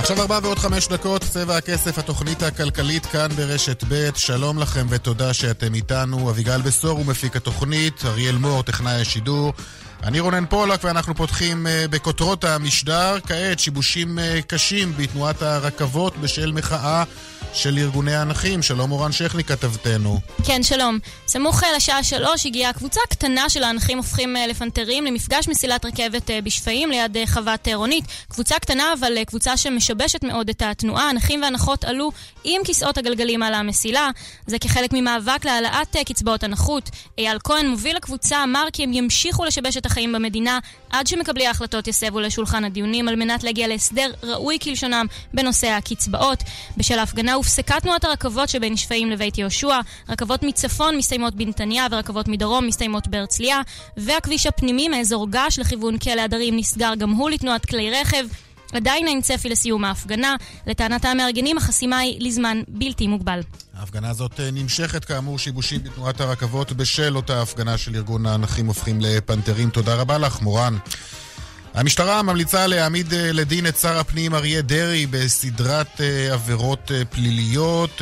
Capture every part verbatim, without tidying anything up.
עכשיו ארבע ועוד חמש דקות, צבע הכסף, התוכנית הכלכלית כאן ברשת ב'. שלום לכם ותודה שאתם איתנו. אביגל בסור הוא מפיק התוכנית, אריאל מור טכנאי השידור. אני רונן פולק ואנחנו פותחים בכותרות המשדר. כעת שיבושים קשים בתנועת הרכבות בשל מחאה של ארגוני הנכים. שלום אורן שכני כתבתנו. כן, שלום. סמוך לשעה שלוש הגיעה קבוצה קטנה של האנכים הופכים לפנתרים למפגש מסילת רכבת בשפעים ליד חוות רונית. קבוצה קטנה אבל קבוצה שמשבשת מאוד את התנועה. הנכים והנכות עלו עם כיסאות הגלגלים על המסילה. זה כחלק ממאבק להעלאת קצבאות הנכות. אייל כהן מוביל הקבוצה אמר כי הם ימשיכו לשבש את החיים במדינה עד שמקבלי ההחלטות יסבו לשולחן הדיונים על מנת להגיע להסדר ראוי כלשונם בנושא הקצבאות. בשל ההפגנה הופסקה תנועת הרכבות שבין שפעים לבית יהושע. רכבות מצפון מסתיימות בנתניה ורכבות מדרום מסתיימות בהרצליה, והכביש הפנימי מאזור גש לכיוון כלא הדרים נסגר גם הוא לתנועת כלי רכב. עדיין אין צפי לסיום ההפגנה. לטענת המארגנים החסימה היא לזמן בלתי מוגבל. ההפגנה הזאת נמשכת, כאמור שיבושים בתנועת הרכבות בשל אותה הפגנה של ארגון הנכים הופכים לפנתרים. תודה רבה לך מורן. המשטרה ממליצה להעמיד לדין את שר הפנים אריה דרעי בסדרת עבירות פליליות,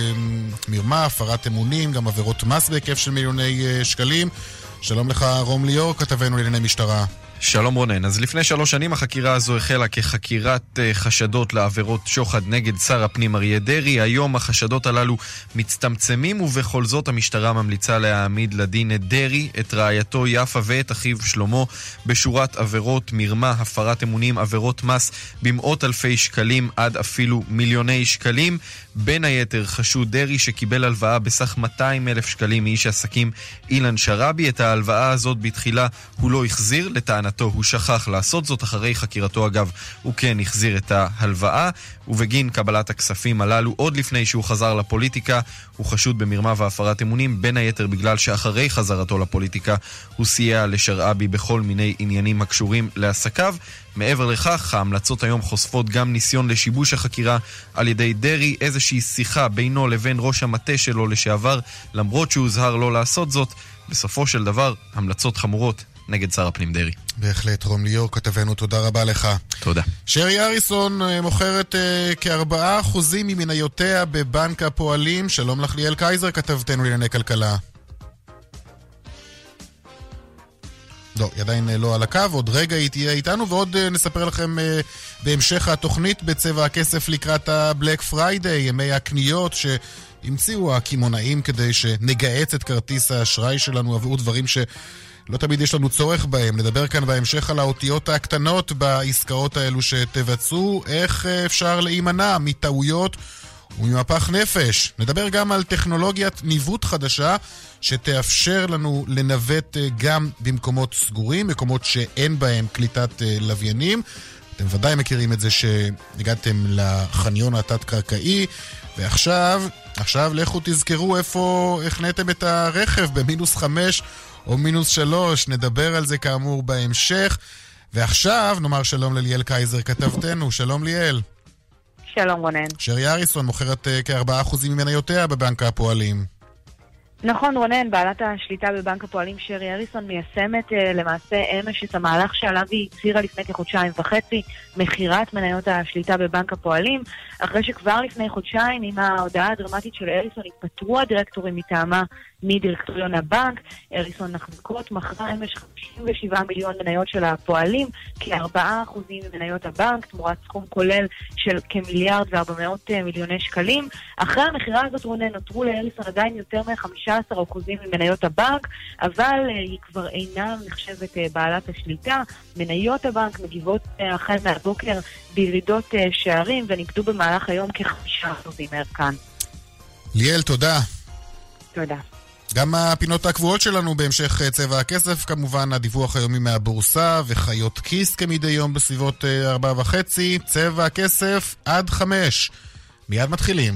מרמה, הפרת אמונים, גם עבירות מס בהיקף של מיליוני שקלים. שלום לך רום ליאור, כתבנו לענייני משטרה. שלום רונן, אז לפני שלוש שנים החקירה הזו החלה כחקירת חשדות לעבירות שוחד נגד שר הפנים אריה דרעי. היום החשדות הללו מצטמצמים ובכל זאת המשטרה ממליצה להעמיד לדין את דרעי, את רעייתו יפה ואת אחיו שלמה בשורת עבירות מרמה, הפרת אמונים, עבירות מס במאות אלפי שקלים עד אפילו מיליוני שקלים. בין היתר חשוד דרעי שקיבל הלוואה בסך מאתיים אלף שקלים מאיש העסקים אילן שרבי. את ההלוואה הזאת בתחילה הוא לא החזיר, לטענתו הוא שכח לעשות זאת. אחרי חקירתו אגב הוא כן החזיר את ההלוואה, ובגין קבלת הכספים הללו עוד לפני שהוא חזר לפוליטיקה הוא חשוד במרמה והפרת אמונים, בין היתר בגלל שאחרי חזרתו לפוליטיקה הוא סייע לשרעבי בכל מיני עניינים הקשורים לעסקיו. מעבר לכך, ההמלצות היום חושפות גם ניסיון לשיבוש החקירה על ידי דרעי, איזושהי שיחה בינו לבין ראש המטה שלו לשעבר, למרות שהוא זהר לא לעשות זאת. בסופו של דבר, המלצות חמורות נגד שר הפנים דרעי. בהחלט, רום ליאור, כתבנו, תודה רבה לך. תודה. שרי אריסון מוכרת uh, כארבעה אחוזים ממניותיה בבנק הפועלים. שלום לך ליאל קייזר, כתבתנו לענייני כלכלה. לא, היא עדיין לא על הקו, עוד רגע היא תהיה איתנו, ועוד נספר לכם בהמשך התוכנית בצבע הכסף לקראת הבלק פריידיי, ימי הקניות שהמציאו הכימונאים כדי שנגעץ את כרטיס האשראי שלנו עבור דברים שלא תמיד יש לנו צורך בהם. נדבר כאן בהמשך על האותיות הקטנות בעסקאות האלו שתבצעו, איך אפשר להימנע מטעויות וממפח נפש. נדבר גם על טכנולוגיית ניווט חדשה שתאפשר לנו לנווט גם במקומות סגורים, מקומות שאין בהם קליטת לוויינים. אתם ודאי מכירים את זה שהגעתם לחניון התת-קרקעי, ועכשיו, עכשיו לכו תזכרו איפה הכנתם את הרכב, במינוס חמש או מינוס שלוש. נדבר על זה כאמור בהמשך. ועכשיו נאמר שלום לליאל קייזר, כתבתנו. שלום ליאל. שלום רונן. שרי אריסון מוכרת כארבעה אחוזים ממניותיה בבנק הפועלים. נכון רונן, בעלת השליטה בבנק הפועלים שרי אריסון מיישמת למעשה אמש את המהלך שעליו היא הצהירה לפני כחודשיים וחצי, מחירת מניות השליטה בבנק הפועלים, אחרי שכבר לפני חודשיים עם ההודעה הדרמטית של אריסון התפטרו הדירקטורים מטעמה מדירקטוריון הבנק. אריסון נחזקות מכרה אמש חמישים ושבעה מיליון מניות של הפועלים, כארבעה אחוזים ממניות הבנק, תמורת סכום כולל של כמיליארד וארבע מאות מיליוני שקלים. אחרי המחירה הזאת רונן נותרו לאריסון עדיין יותר מ-חמישה עשר אחוזים ממניות הבנק, אבל היא כבר אינה נחשבת בעלת השליטה. מניות הבנק מגיבות החל מהבוקר בירידות שערים ונקדו במהלך היום כ-חמישה אחוזים מערכן. ליאל, תודה. תודה. גם הפינות הקבועות שלנו בהמשך צבע הכסף, כמובן הדיווח היומי מהבורסה וחיות כיס כמדי יום בסביבות ארבע וחצי. צבע הכסף עד חמש. מיד מתחילים.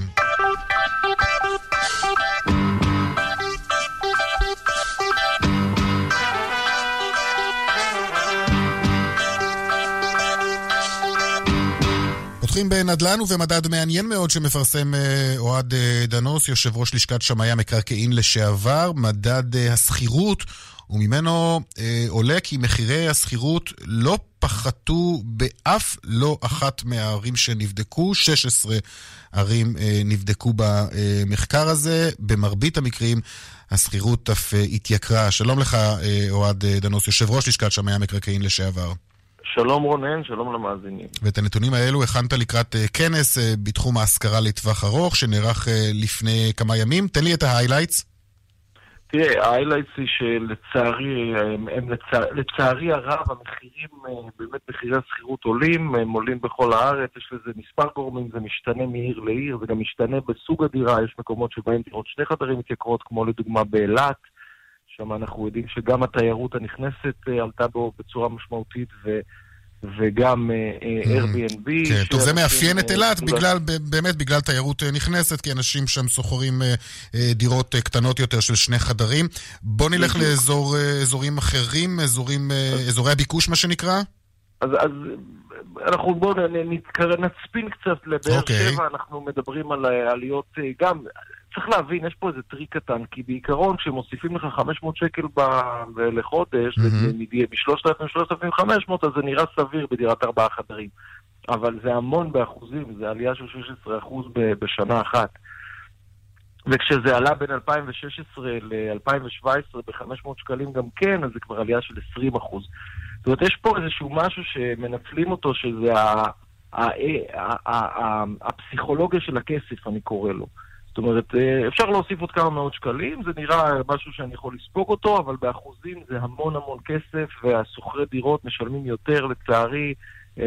פותחים בנדל"ן ובמדד מעניין מאוד שמפרסם אוהד דנוס, יושב ראש לשכת שמאי המקרקעין לשעבר. מדד הסחירות וממנו אה, עולה כי מחירי הסחירות לא פחתו באף לא אחת מהערים שנבדקו. שש עשרה ערים אה, נבדקו במחקר הזה. במרבית המקרים הסחירות אף אה, התייקרה. שלום לך, אה, אוהד דנוס, יושב ראש לשכת שמאי המקרקעין לשעבר. שלום רונן, שלום למאזינים. ואת הנתונים האלו הכנת לקראת uh, כנס uh, בתחום ההשכרה לטווח ארוך, שנערך uh, לפני כמה ימים. תן לי את ההיילייטס. תראה, ההיילייטס היא שלצערי, הם, הם לצע, לצערי הרב, המחירים, באמת מחירי הסחירות עולים, הם עולים בכל הארץ, יש לזה מספר גורמים, זה משתנה מעיר לעיר, זה גם משתנה בסוג הדירה, יש מקומות שבהם דירות שני חדרים מתייקרות, כמו לדוגמה באילת, שם אנחנו יודעים שגם התיירות הנכנסת עלתה בו בצורה משמעותית, ו... וגם Airbnb. כן, טוב, זה מאפיין את אילת, בגלל, באמת בגלל תיירות נכנסת, כי אנשים שם סוחרים דירות קטנות יותר של שני חדרים. בוא נלך לאזורים אחרים, אזורי הביקוש, מה שנקרא? אז אנחנו בואו נצפין קצת לבאר שבע, אנחנו מדברים על עליות גם... צריך להבין, יש פה איזה טריק קטן, כי בעיקרון כשמוסיפים לך חמש מאות שקל לחודש, מ-שלושת אלפים שלושת אלפים וחמש מאות, אז זה נראה סביר בדירת ארבעה חדרים. אבל זה המון באחוזים, זה עלייה של שש עשרה אחוז בשנה אחת. וכשזה עלה בין אלפיים ושש עשרה ל-אלפיים שבע עשרה ב-חמש מאות שקלים גם כן, אז זה כבר עלייה של עשרים אחוז. זאת אומרת, יש פה איזשהו משהו שמנצלים אותו, שזה הפסיכולוגיה של הכסף, אני קורא לו. זאת אומרת, אפשר להוסיף עוד כמה מאות שקלים, זה נראה משהו שאני יכול לספוג אותו, אבל באחוזים זה המון המון כסף, והסוחרי דירות משלמים יותר, לצערי,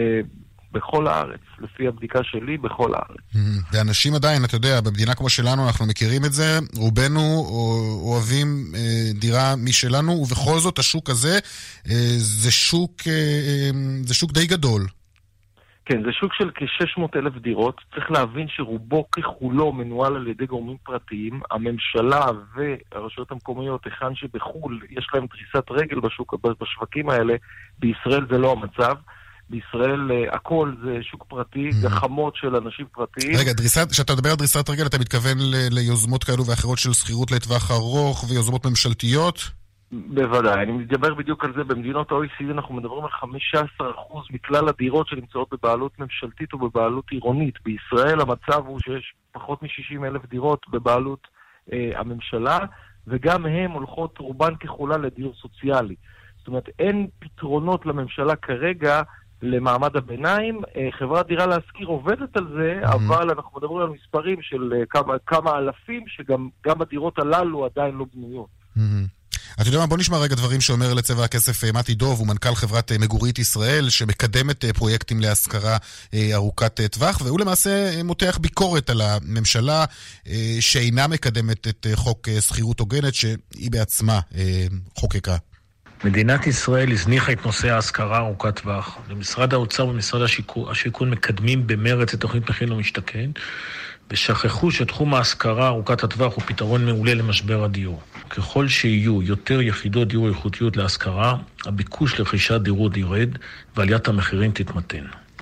בכל הארץ, לפי הבדיקה שלי, בכל הארץ. ואנשים עדיין, אתה יודע, במדינה כמו שלנו, אנחנו מכירים את זה, רובנו אוהבים דירה משלנו, ובכל זאת השוק הזה, זה שוק, זה שוק די גדול. כן, זה שוק של כ-שש מאות אלף דירות. צריך להבין שרובו ככולו מנוהל על ידי גורמים פרטיים. הממשלה והרשויות המקומיות, היכן שבחול יש להם דריסת רגל בשוק, בשווקים האלה, בישראל זה לא המצב. בישראל הכל זה שוק פרטי, גחמות של אנשים פרטיים. רגע, דריסת, כשאתה מדבר על דריסת רגל, אתה מתכוון ל- ליוזמות כאלו ואחרות של שכירות לטווח ארוך ויוזמות ממשלתיות? בוודאי, אני מדבר בדיוק על זה. במדינות ה-או אי סי די אנחנו מדברים על חמישה עשר אחוז מכלל הדירות שנמצאות בבעלות ממשלתית או בבעלות עירונית. בישראל המצב הוא שיש פחות מ-שישים אלף דירות בבעלות אה, הממשלה, וגם הן הולכות רובן ככולה לדיור סוציאלי. זאת אומרת, אין פתרונות לממשלה כרגע למעמד הביניים. אה, חברת דירה להשכיר עובדת על זה, mm-hmm. אבל אנחנו מדברים על מספרים של אה, כמה, כמה אלפים, שגם גם הדירות הללו עדיין לא בנויות. Mm-hmm. אתה יודע מה, בוא נשמע רגע דברים שאומר לצבע הכסף מתי דוב, הוא מנכ"ל חברת מגורית ישראל, שמקדמת פרויקטים להשכרה ארוכת טווח, והוא למעשה מותח ביקורת על הממשלה שאינה מקדמת את חוק שכירות הוגנת, שהיא בעצמה חוקקה. מדינת ישראל הזניחה את נושא ההשכרה ארוכת טווח. למשרד האוצר ומשרד השיכון, השיכון מקדמים במרץ את תוכנית מחיר למשתכן, ושכחו שתחום ההשכרה ארוכת הטווח הוא פתרון מעולה למשבר הדיור. ככל שיהיו יותר יחידות דיור איכותיות להשכרה, הביקוש לרכישת דירות ירד, ועליית המחירים תתמתן.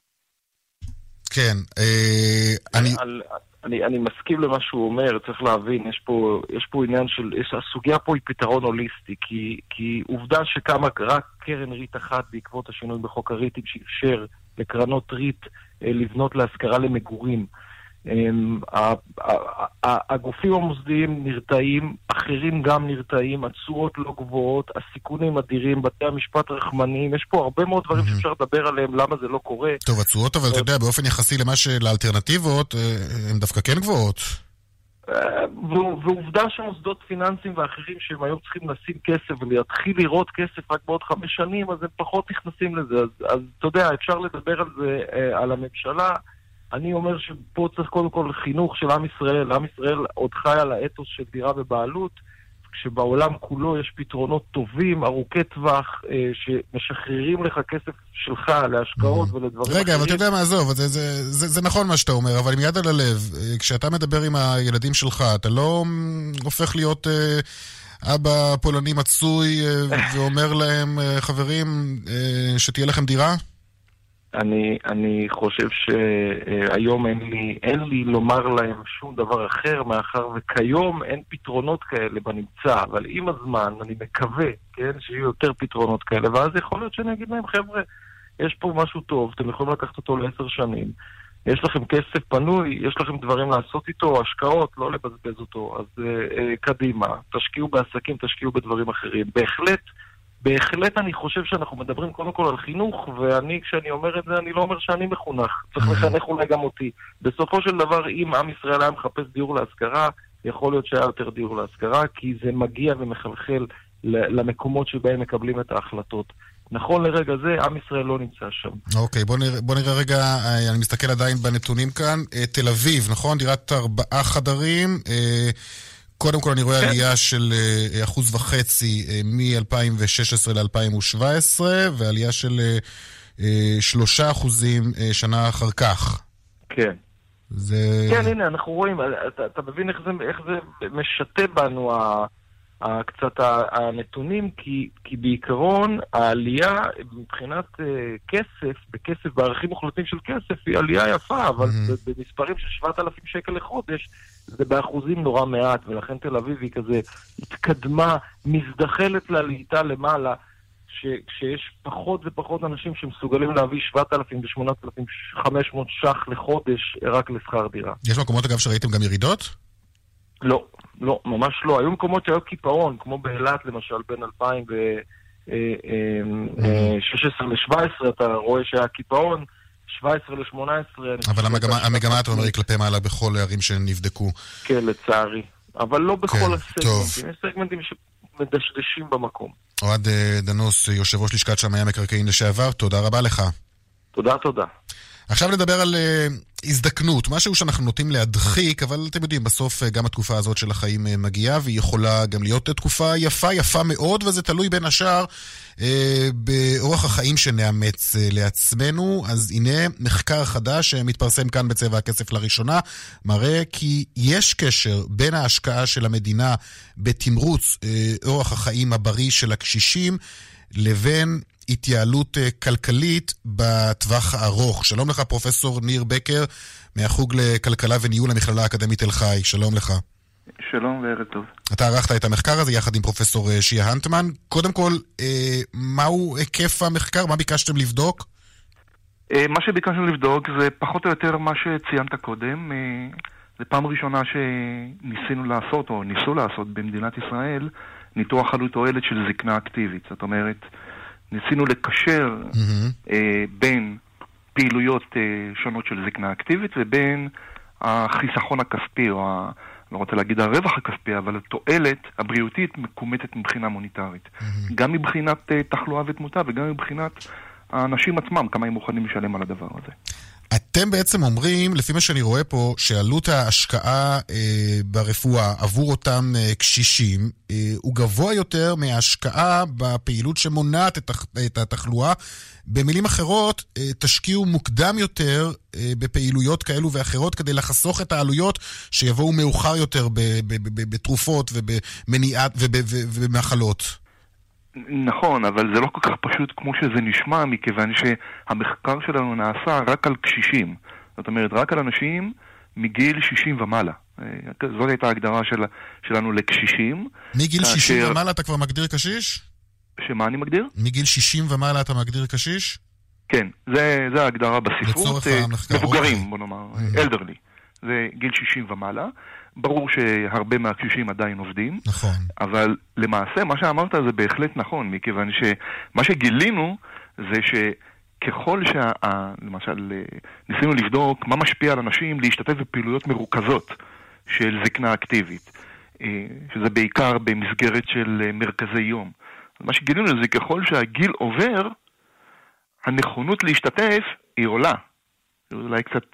כן, אני... אני, אני מסכים למה שהוא אומר, צריך להבין, יש פה, יש פה עניין של, יש, הסוגיה פה היא פתרון הוליסטי, כי, כי עובדה שקמה רק קרן ריט אחת בעקבות השינוי בחוק הריטים, שאפשר לקרנות ריט לבנות להשכרה למגורים. הגופים המוסדיים נרתעים, אחרים גם נרתעים, התשואות לא גבוהות, הסיכונים אדירים, בתי המשפט רחמניים, יש פה הרבה מאוד דברים שאפשר לדבר עליהם, למה זה לא קורה. טוב, התשואות, אבל אתה יודע, באופן יחסי למה שלאלטרנטיבות, הן דווקא כן גבוהות. ועובדה שמוסדות פיננסיים ואחרים שהם היום צריכים לשים כסף ולהתחיל לראות כסף רק בעוד חמש שנים, אז הם פחות נכנסים לזה. אז, אז אתה יודע, אפשר לדבר על זה, על הממשלה. אני אומר שפה צריך קודם כל חינוך של עם ישראל. עם ישראל עוד חי על האתוס של דירה בבעלות, כשבעולם כולו יש פתרונות טובים, ארוכי טווח, שמשחררים לך כסף שלך להשקעות ולדברים אחרים. רגע, אבל אתה יודע מה, עזוב, זה, זה, זה, זה נכון מה שאתה אומר, אבל עם יד על הלב, כשאתה מדבר עם הילדים שלך, אתה לא הופך להיות אבא פולני מצוי ואומר להם, חברים, שתהיה לכם דירה? אני, אני חושב שהיום אין לי, אין לי לומר להם שום דבר אחר, מאחר וכיום אין פתרונות כאלה בנמצא, אבל עם הזמן אני מקווה, כן, שיהיו יותר פתרונות כאלה, ואז יכול להיות שאני אגיד להם, חבר'ה, יש פה משהו טוב, אתם יכולים לקחת אותו לעשר שנים, יש לכם כסף פנוי, יש לכם דברים לעשות איתו, השקעות, לא לבזבז אותו, אז uh, uh, קדימה, תשקיעו בעסקים, תשקיעו בדברים אחרים. בהחלט, בהחלט אני חושב שאנחנו מדברים קודם כל על חינוך, ואני, כשאני אומר את זה, אני לא אומר שאני מחונך. צריך לחנך אולי גם אותי. בסופו של דבר, אם עם ישראל היה מחפש דיור להשכרה, יכול להיות שהיה יותר דיור להשכרה, כי זה מגיע ומחלחל למקומות שבהם מקבלים את ההחלטות. נכון לרגע זה, עם ישראל לא נמצא שם. אוקיי, בוא נראה, בוא נראה רגע, אני מסתכל עדיין בנתונים כאן. תל אביב, נכון? דירת ארבעה חדרים. קודם כל אני רואה עלייה של אחוז וחצי מ-אלפיים ושש עשרה ל-אלפיים שבע עשרה, ועלייה של שלושה אחוזים שנה אחר כך. כן. זה... כן, הנה, אנחנו רואים, אתה, אתה מבין איך זה, איך זה משתה בנו ה... קצת הנתונים, כי, כי בעיקרון העלייה מבחינת uh, כסף, בכסף, בערכים מוחלטים של כסף, היא עלייה יפה, אבל mm-hmm. במספרים של שבעת אלפים שקל לחודש, זה באחוזים נורא מעט, ולכן תל אביב היא כזה התקדמה, מזדחלת לה לאיתה למעלה, ש, שיש פחות ופחות אנשים שמסוגלים להביא שבעת אלפים ו-שמונת אלפים וחמש מאות שח לחודש רק לשכר דירה. יש מקומות אגב שראיתם גם ירידות? לא. לא, ממש לא. היו מקומות שהיו קיפאון, כמו באילת למשל, בין אלפיים ושש עשרה ל-שבע עשרה, אתה רואה שהיה קיפאון, שבע עשרה ל-שמונה עשרה... אבל המגמה, אתה אומר, היא כלפי מעלה בכל הערים שנבדקו. כן, לצערי. אבל לא בכל הסגמנטים. יש סגמנטים שמדשדשים במקום. אוהד דנוס, יושב ראש לשכת שמאי המקרקעין לשעבר, תודה רבה לך. תודה, תודה. עכשיו נדבר על uh, הזדקנות, משהו שאנחנו נוטים להדחיק, אבל אתם יודעים, בסוף uh, גם התקופה הזאת של החיים uh, מגיעה, והיא יכולה גם להיות תקופה יפה, יפה מאוד, וזה תלוי בין השאר uh, באורח החיים שנאמץ uh, לעצמנו. אז הנה מחקר חדש שמתפרסם כאן בצבע הכסף לראשונה, מראה כי יש קשר בין ההשקעה של המדינה בתמרוץ uh, אורח החיים הבריא של הקשישים, לבין התייעלות כלכלית בטווח הארוך. שלום לך פרופסור ניר בקר מהחוג לכלכלה וניהול המכללה האקדמית תל חי. שלום לך. שלום וערב טוב. אתה ערכת את המחקר הזה יחד עם פרופסור שיה הנטמן. קודם כל, מהו היקף המחקר? מה ביקשתם לבדוק? מה שביקשנו לבדוק זה פחות או יותר מה שציינת קודם. זה פעם ראשונה שניסינו לעשות או ניסו לעשות במדינת ישראל ניתוח עלות תועלת של זקנה אקטיבית. זאת אומרת, ניסינו לקשר mm-hmm. אה, בין פעילויות אה, שונות של זקנה אקטיבית ובין החיסכון הכספי, או ה, לא רוצה להגיד הרווח הכספי, אבל התועלת הבריאותית מקומטת מבחינה מוניטרית. Mm-hmm. גם מבחינת אה, תחלואה ותמותה וגם מבחינת האנשים עצמם, כמה הם מוכנים לשלם על הדבר הזה. אתם בעצם אומרים, לפי מה שאני רואה פה, שעלות ההשקעה אה, ברפואה עבור אותם אה, קשישים אה, הוא גבוה יותר מההשקעה בפעילות שמונעת את, את התחלואה. במילים אחרות, אה, תשקיעו מוקדם יותר אה, בפעילויות כאלו ואחרות כדי לחסוך את העלויות שיבואו מאוחר יותר ב, ב, ב, ב, בתרופות ובמניעת ובמחלות. נכון, אבל זה לא כל כך פשוט כמו שזה נשמע, מכיוון שהמחקר שלנו נעשה רק על קשישים. זאת אומרת, רק על אנשים מגיל שישים ומעלה. זאת הייתה ההגדרה של, שלנו לקשישים. מגיל כאשר... שישים ומעלה אתה כבר מגדיר קשיש? שמה אני מגדיר? מגיל שישים ומעלה אתה מגדיר קשיש? כן, זה, זה ההגדרה בספרות. מבוגרים, בוא נאמר, אלדרלי. זה גיל שישים ומעלה. ברור שהרבה מהקשישים עדיין עובדים. נכון. אבל למעשה, מה שאמרת זה בהחלט נכון, מכיוון שמה שגילינו זה שככל שה... למשל, ניסינו לבדוק מה משפיע על אנשים להשתתף בפעילויות מרוכזות של זקנה אקטיבית, שזה בעיקר במסגרת של מרכזי יום. מה שגילינו זה ככל שהגיל עובר, הנכונות להשתתף היא עולה. אולי קצת...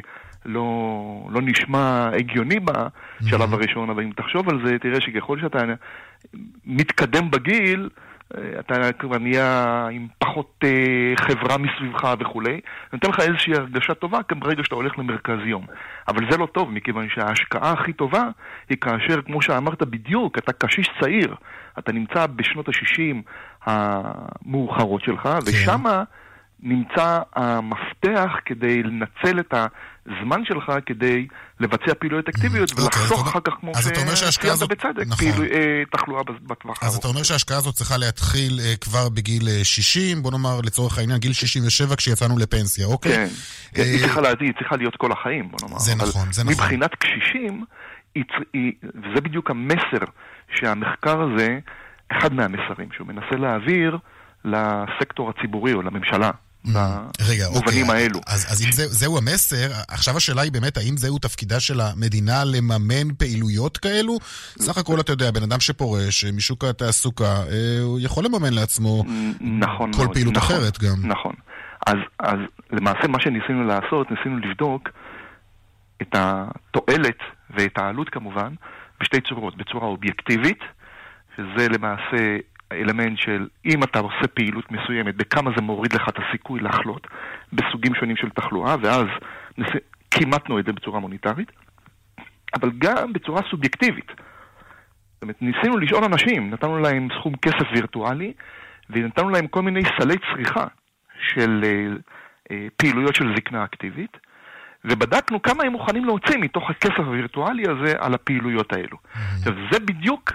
לא, לא נשמע הגיוני בשלב הראשון, אבל אם תחשוב על זה, תראה שככל שאתה מתקדם בגיל, אתה כבר נהיה עם פחות חברה מסביבך וכו'. נותן לך איזושהי הרגשה טובה ברגע שאתה הולך למרכז יום. אבל זה לא טוב, מכיוון שההשקעה הכי טובה היא כאשר, כמו שאמרת בדיוק, אתה קשיש צעיר, אתה נמצא בשנות ה-שישים המאוחרות שלך, ושמה נמצא המפתח כדי לנצל את הזמן שלך כדי לבצע פעילויות אקטיביות ולחסוך אחר כך כמו שציינת בצדק תחלואה בטווח הארוך. אז אתה אומר שההשקעה הזאת צריכה להתחיל כבר בגיל שישים, בוא נאמר לצורך העניין גיל שישים ושבע כשיצאנו לפנסיה, אוקיי? כן, היא צריכה להדיא, היא צריכה להיות כל החיים, בוא נאמר. זה נכון, זה נכון. מבחינת קשישים, וזה בדיוק המסר שהמחקר הזה, אחד מהמסרים שהוא מנסה להעביר לסקטור הציבורי או לממשלה. רגע, אוקיי, האלו. אז, אז אם זה, זהו המסר, עכשיו השאלה היא באמת, האם זהו תפקידה של המדינה לממן פעילויות כאלו? סך הכל אתה יודע, בן אדם שפורש משוק התעסוקה, הוא יכול לממן לעצמו נכון כל מאוד, פעילות נכון, אחרת גם. נכון. אז, אז למעשה מה שניסינו לעשות, ניסינו לבדוק את התועלת ואת העלות כמובן, בשתי צורות, בצורה אובייקטיבית, שזה למעשה האלמנט של אם אתה עושה פעילות מסוימת, בכמה זה מוריד לך את הסיכוי לחלות בסוגים שונים של תחלואה, ואז כימתנו את זה בצורה מוניטרית, אבל גם בצורה סובייקטיבית. זאת אומרת, ניסינו לשאול אנשים, נתנו להם סכום כסף וירטואלי, ונתנו להם כל מיני סלי צריכה של פעילויות של זקנה אקטיבית, ובדקנו כמה הם מוכנים להוציא מתוך הכסף הווירטואלי הזה על הפעילויות האלו. עכשיו, זה בדיוק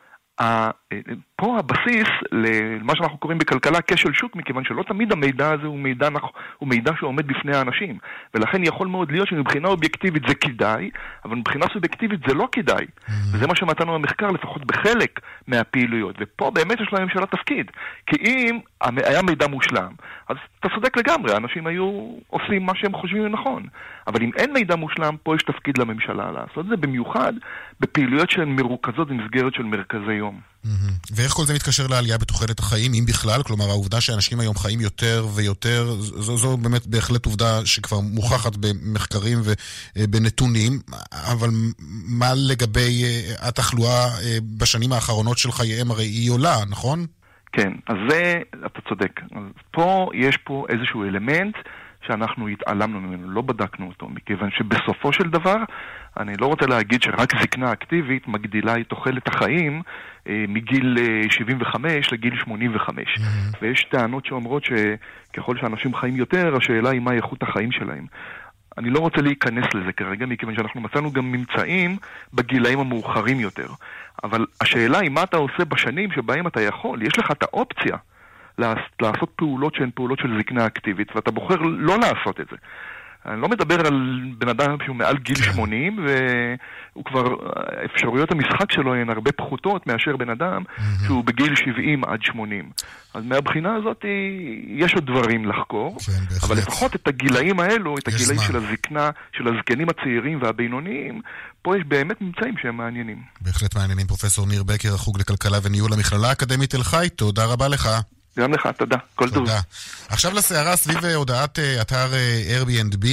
פה הבסיס למה שאנחנו קוראים בכלכלה כשל שוק, מכיוון שלא תמיד המידע הזה הוא מידע, הוא מידע שעומד בפני האנשים, ולכן יכול מאוד להיות שמבחינה אובייקטיבית זה כדאי, אבל מבחינה סובייקטיבית זה לא כדאי, וזה מה שמתנו במחקר לפחות בחלק מהפעילויות, ופה באמת יש לממשלה תפקיד, כי אם היה מידע מושלם, אז אתה צודק לגמרי, האנשים היו עושים מה שהם חושבים נכון, אבל אם אין מידע מושלם, פה יש תפקיד לממשלה לעשות זה, במיוחד בפעילויות שהן מרוכזות במסגרת של מרכזי יום. ואיך כל זה מתקשר לעלייה בתוחלת החיים, אם בכלל? כלומר, העובדה שאנשים היום חיים יותר ויותר, זו, זו באמת בהחלט עובדה שכבר מוכחת במחקרים ובנתונים, אבל מה לגבי התחלואה בשנים האחרונות של חייהם? הרי היא עולה, נכון? כן, אז זה, אתה צודק. אז פה יש פה איזשהו אלמנט שאנחנו התעלמנו ממנו, לא בדקנו אותו, מכיוון שבסופו של דבר, אני לא רוצה להגיד שרק זקנה אקטיבית מגדילה את תוחלת החיים אה, מגיל אה, שבעים וחמש לגיל שמונים וחמש. Mm-hmm. ויש טענות שאומרות שככל שאנשים חיים יותר, השאלה היא מה איכות החיים שלהם. אני לא רוצה להיכנס לזה כרגע, מכיוון שאנחנו מצאנו גם ממצאים בגילאים המאוחרים יותר. אבל השאלה היא מה אתה עושה בשנים שבהם אתה יכול, יש לך את האופציה לעשות פעולות שהן פעולות של זקנה אקטיבית, ואתה בוחר לא לעשות את זה. אני לא מדבר על בן אדם שהוא מעל גיל שמונים, והוא כבר, אפשרויות המשחק שלו הן הרבה פחותות מאשר בן אדם שהוא בגיל שבעים עד שמונים. אז מהבחינה הזאת יש עוד דברים לחקור, אבל לפחות את הגילאים האלו, את הגילאים של הזקנה, של הזקנים הצעירים והבינוניים, פה יש באמת ממצאים שהם מעניינים. בהחלט מעניינים. פרופסור ניר בקר, החוג לכלכלה וניהול המכללה האקדמית תל חי, תודה רבה לך. גם לך, תודה. כל טוב. תודה. עכשיו לסערה סביב הודעת אתר Airbnb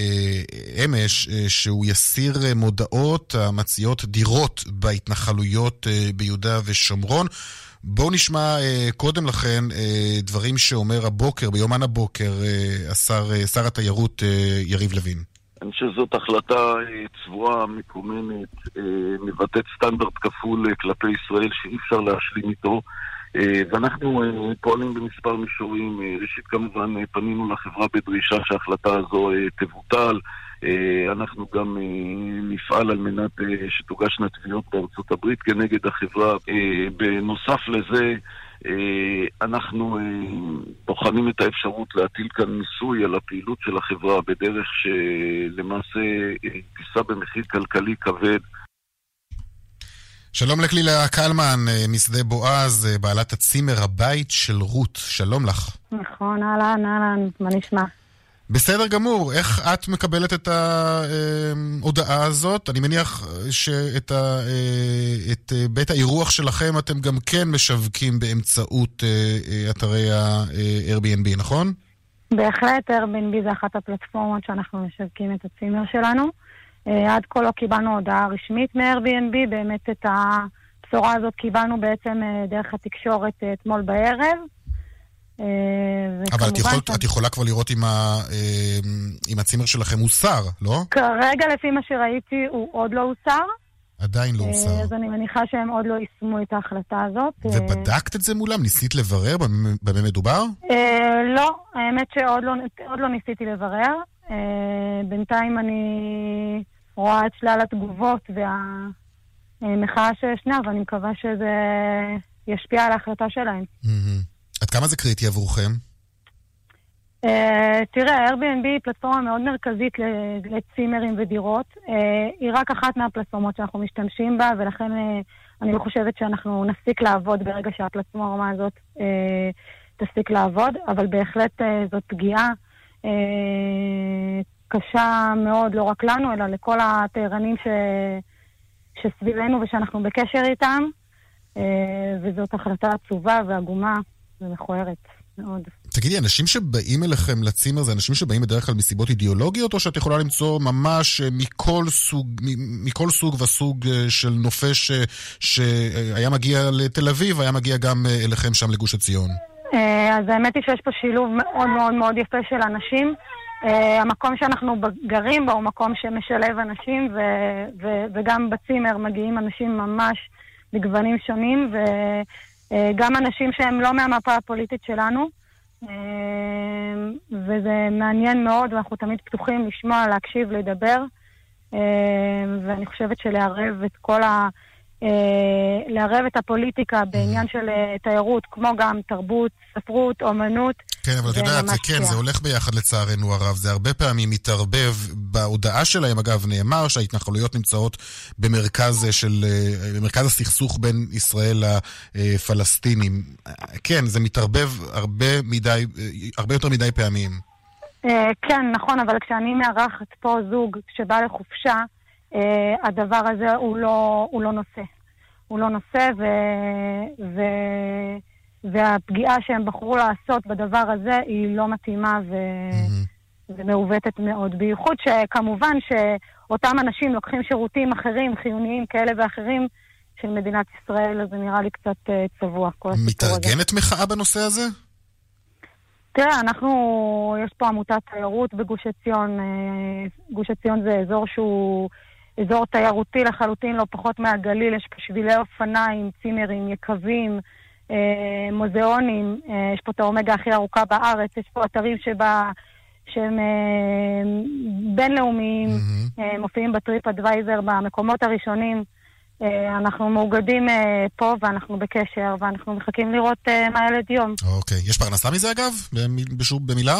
אמש, שהוא יסיר מודעות המציעות דירות בהתנחלויות ביהודה ושומרון. בואו נשמע קודם לכן דברים שאומר הבוקר, ביומן הבוקר, השר, שר התיירות יריב לוין. אני חושב שזאת החלטה צבועה, מקוממת, מבטאת סטנדרט כפול כלפי ישראל שאי אפשר להשלים איתו. ואנחנו פועלים במספר מישורים. ראשית כמובן פנינו לחברה בדרישה שההחלטה הזו תבוטל. אנחנו גם נפעל על מנת שתוגשנה תביעות בארצות הברית כנגד החברה. בנוסף לזה אנחנו בוחנים את האפשרות להטיל כאן מיסוי על הפעילות של החברה בדרך שלמעשה תישא במחיר כלכלי כבד. שלום לקלילה קלמן, משדה בועז, בעלת הצימר הבית של רות. שלום לך. נכון, אהלן, אהלן, מה נשמע? בסדר גמור. איך את מקבלת את ההודעה הזאת? אני מניח שאת ה, את בית האירוח שלכם אתם גם כן משווקים באמצעות אתרי ה-Airbnb, נכון? בהחלט, Airbnb זה אחת הפלטפורמות שאנחנו משווקים את הצימר שלנו. עד כה לא קיבלנו הודעה רשמית מ-Airbnb, באמת את הבשורה הזאת קיבלנו בעצם דרך התקשורת אתמול בערב. אבל את, יכול, את יכולה כבר לראות אם, ה, אם הצימר שלכם הוסר, לא? כרגע לפי מה שראיתי הוא עוד לא הוסר. עדיין לא הוסר. אז אני מניחה שהם עוד לא יישמו את ההחלטה הזאת. ובדקת את זה מולם? ניסית לברר במה מדובר? לא, האמת שעוד לא ניסיתי לברר. בינתיים אני רואה את שלל התגובות והמחאה שישנה, ואני מקווה שזה ישפיע על ההחלטה שלהם. עד כמה זה קריטי עבורכם? תראה, Airbnb היא פלטפורמה מאוד מרכזית לצימרים ודירות. היא רק אחת מהפלטפורמות שאנחנו משתמשים בה, ולכן אני לא חושבת שאנחנו נפסיק לעבוד ברגע שהפלטפורמה הזאת תפסיק לעבוד, אבל בהחלט זאת פגיעה קשה מאוד, לא רק לנו, אלא לכל התיירנים ש... שסביבנו ושאנחנו בקשר איתם, וזאת החלטה עצובה ועגומה ומכוערת מאוד. תגידי, אנשים שבאים אליכם לצימר, זה אנשים שבאים בדרך כלל מסיבות אידיאולוגיות, או שאת יכולה למצוא ממש מכל סוג, מכל סוג וסוג של נופש שהיה מגיע לתל אביב, היה מגיע גם אליכם שם לגוש עציון? אז האמת היא שיש פה שילוב מאוד מאוד מאוד יפה של אנשים. המקום שאנחנו גרים בו הוא מקום שמשלב אנשים, וגם בצימר מגיעים אנשים ממש בגוונים שונים, וגם אנשים שהם לא מהמפה הפוליטית שלנו. וזה מעניין מאוד, ואנחנו תמיד פתוחים לשמוע, להקשיב, לדבר, ואני חושבת שלערב את כל ה... לערב את הפוליטיקה בעניין של תיירות, כמו גם תרבות, ספרות, אומנות. כן, אבל את יודעת, זה כן, זה הולך ביחד לצערנו הרב, זה הרבה פעמים מתערבב, בהודעה שלהם אגב נאמר שההתנחלויות נמצאות במרכז של, במרכז הסכסוך בין ישראל לפלסטינים. כן, זה מתערבב הרבה מדי, הרבה יותר מדי פעמים. כן, נכון, אבל כשאני מארחת פה זוג שבא לחופשה, הדבר הזה הוא לא, הוא לא נושא. הוא לא נושא, ו... ו... והפגיעה שהם בחרו לעשות בדבר הזה היא לא מתאימה ו... mm-hmm. ומעוותת מאוד. בייחוד שכמובן שאותם אנשים לוקחים שירותים אחרים, חיוניים כאלה ואחרים של מדינת ישראל, אז זה נראה לי קצת צבוע. מתארגנת מחאה בנושא הזה? תראה, אנחנו, יש פה עמותת תיירות בגוש עציון. גוש עציון זה אזור שהוא אזור תיירותי לחלוטין, לא פחות מהגליל. יש פה שבילי אופניים, צימרים, יקבים, מוזיאונים, יש פה את האומגה הכי ארוכה בארץ, יש פה אתרים שבה, שהם בינלאומיים, mm-hmm. מופיעים בטריפ אדוויזר במקומות הראשונים. אנחנו מאוגדים פה ואנחנו בקשר, ואנחנו מחכים לראות מה ילד יום. אוקיי, יש פרנסה מזה אגב? במילה?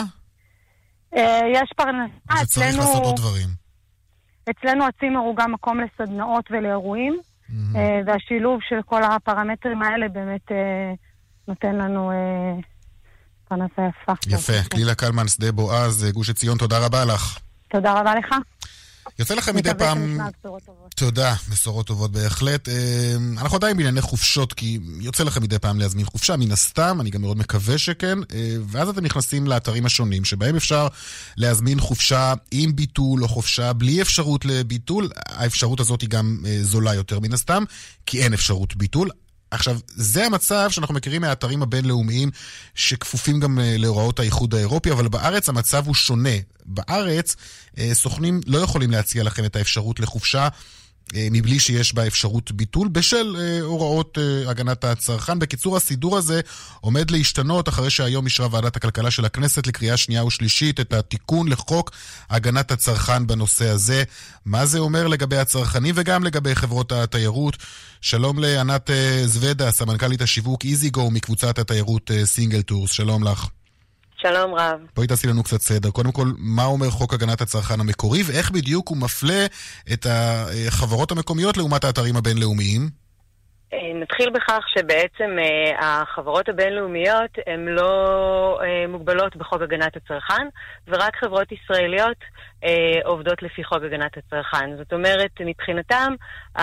יש פרנסה. שצריך לעשות עוד דברים. אצלנו הצימר הוא גם מקום לסדנאות ולאירועים, mm-hmm. והשילוב של כל הפרמטרים האלה באמת נותן לנו פרנסה יפה. יפה. כלילה קלמן, שדה בועז, גוש עציון, תודה רבה לך. תודה רבה לך. יוצא לכם מדי פעם... תודה, בשורות טובות בהחלט. אנחנו עדיין בענייני חופשות, כי יוצא לכם מדי פעם להזמין חופשה, מן הסתם, אני גם מאוד מקווה שכן, ואז אתם נכנסים לאתרים השונים, שבהם אפשר להזמין חופשה עם ביטול או חופשה בלי אפשרות לביטול. האפשרות הזאת היא גם זולה יותר מן הסתם, כי אין אפשרות ביטול. עכשיו, זה המצב שאנחנו מכירים מהאתרים הבינלאומיים שכפופים גם להוראות האיחוד האירופי, אבל בארץ המצב הוא שונה. בארץ סוכנים לא יכולים להציע לכם את האפשרות לחופשה מבלי שיש בה אפשרות ביטול, בשל הוראות הגנת הצרכן. בקיצור, הסידור הזה עומד להשתנות אחרי שהיום אישרה ועדת הכלכלה של הכנסת לקריאה שנייה ושלישית את התיקון לחוק הגנת הצרכן בנושא הזה. מה זה אומר לגבי הצרכנים וגם לגבי חברות התיירות? שלום לענת זוודה, סמנכ"לית השיווק איזיגו מקבוצת התיירות סינגל טורס. שלום לך. שלום רב. בואי תעשי לנו קצת סדר. קודם כל, מה אומר חוק הגנת הצרכן המקורי, ואיך בדיוק הוא מפלה את החברות המקומיות לעומת האתרים הבינלאומיים? נתחיל בכך שבעצם החברות הבינלאומיות הן לא מוגבלות בחוק הגנת הצרכן, ורק חברות ישראליות עובדות לפי חוק הגנת הצרכן. זאת אומרת, מבחינתם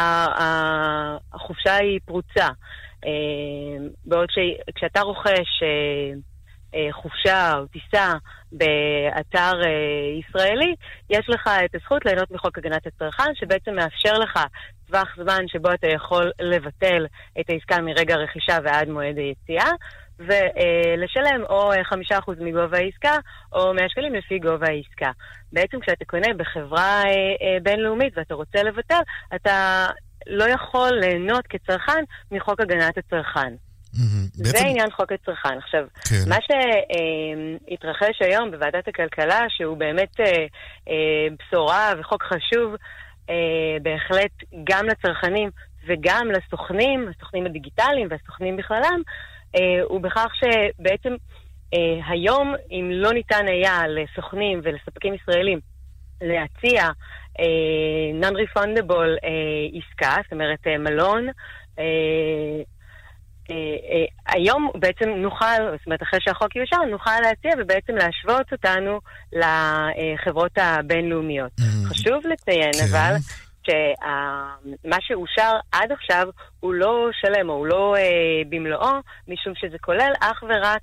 החופשה היא פרוצה. בעוד שכשאתה רוכש חופשה או טיסה באתר ישראלי, יש לך את הזכות ליהנות מחוק הגנת הצרכן, שבעצם מאפשר לך טווח זמן שבו אתה יכול לבטל את העסקה מרגע הרכישה ועד מועד היציאה, ולשלם או חמישה אחוז מגובה העסקה או מאה שקלים לפי גובה העסקה. בעצם כשאתה קונה בחברה בינלאומית ואתה רוצה לבטל, אתה לא יכול ליהנות כצרכן מחוק הגנת הצרכן. זה עניין חוק הצרכן. עכשיו, מה שהתרחש היום בוועדת הכלכלה, שהוא באמת בשורה וחוק חשוב, בהחלט גם לצרכנים וגם לסוכנים, הסוכנים הדיגיטליים והסוכנים בכללם, הוא בכך שבעצם היום, אם לא ניתן היה לסוכנים ולספקים ישראלים להציע non-refundable עסקה, זאת אומרת מלון, היום בעצם נוכל, זאת אומרת אחרי שהחוק יאושר, נוכל להציע ובעצם להשוות אותנו לחברות הבינלאומיות. חשוב לציין אבל שמה שאושר עד עכשיו הוא לא שלם או הוא לא במלואו, משום שזה כולל אך ורק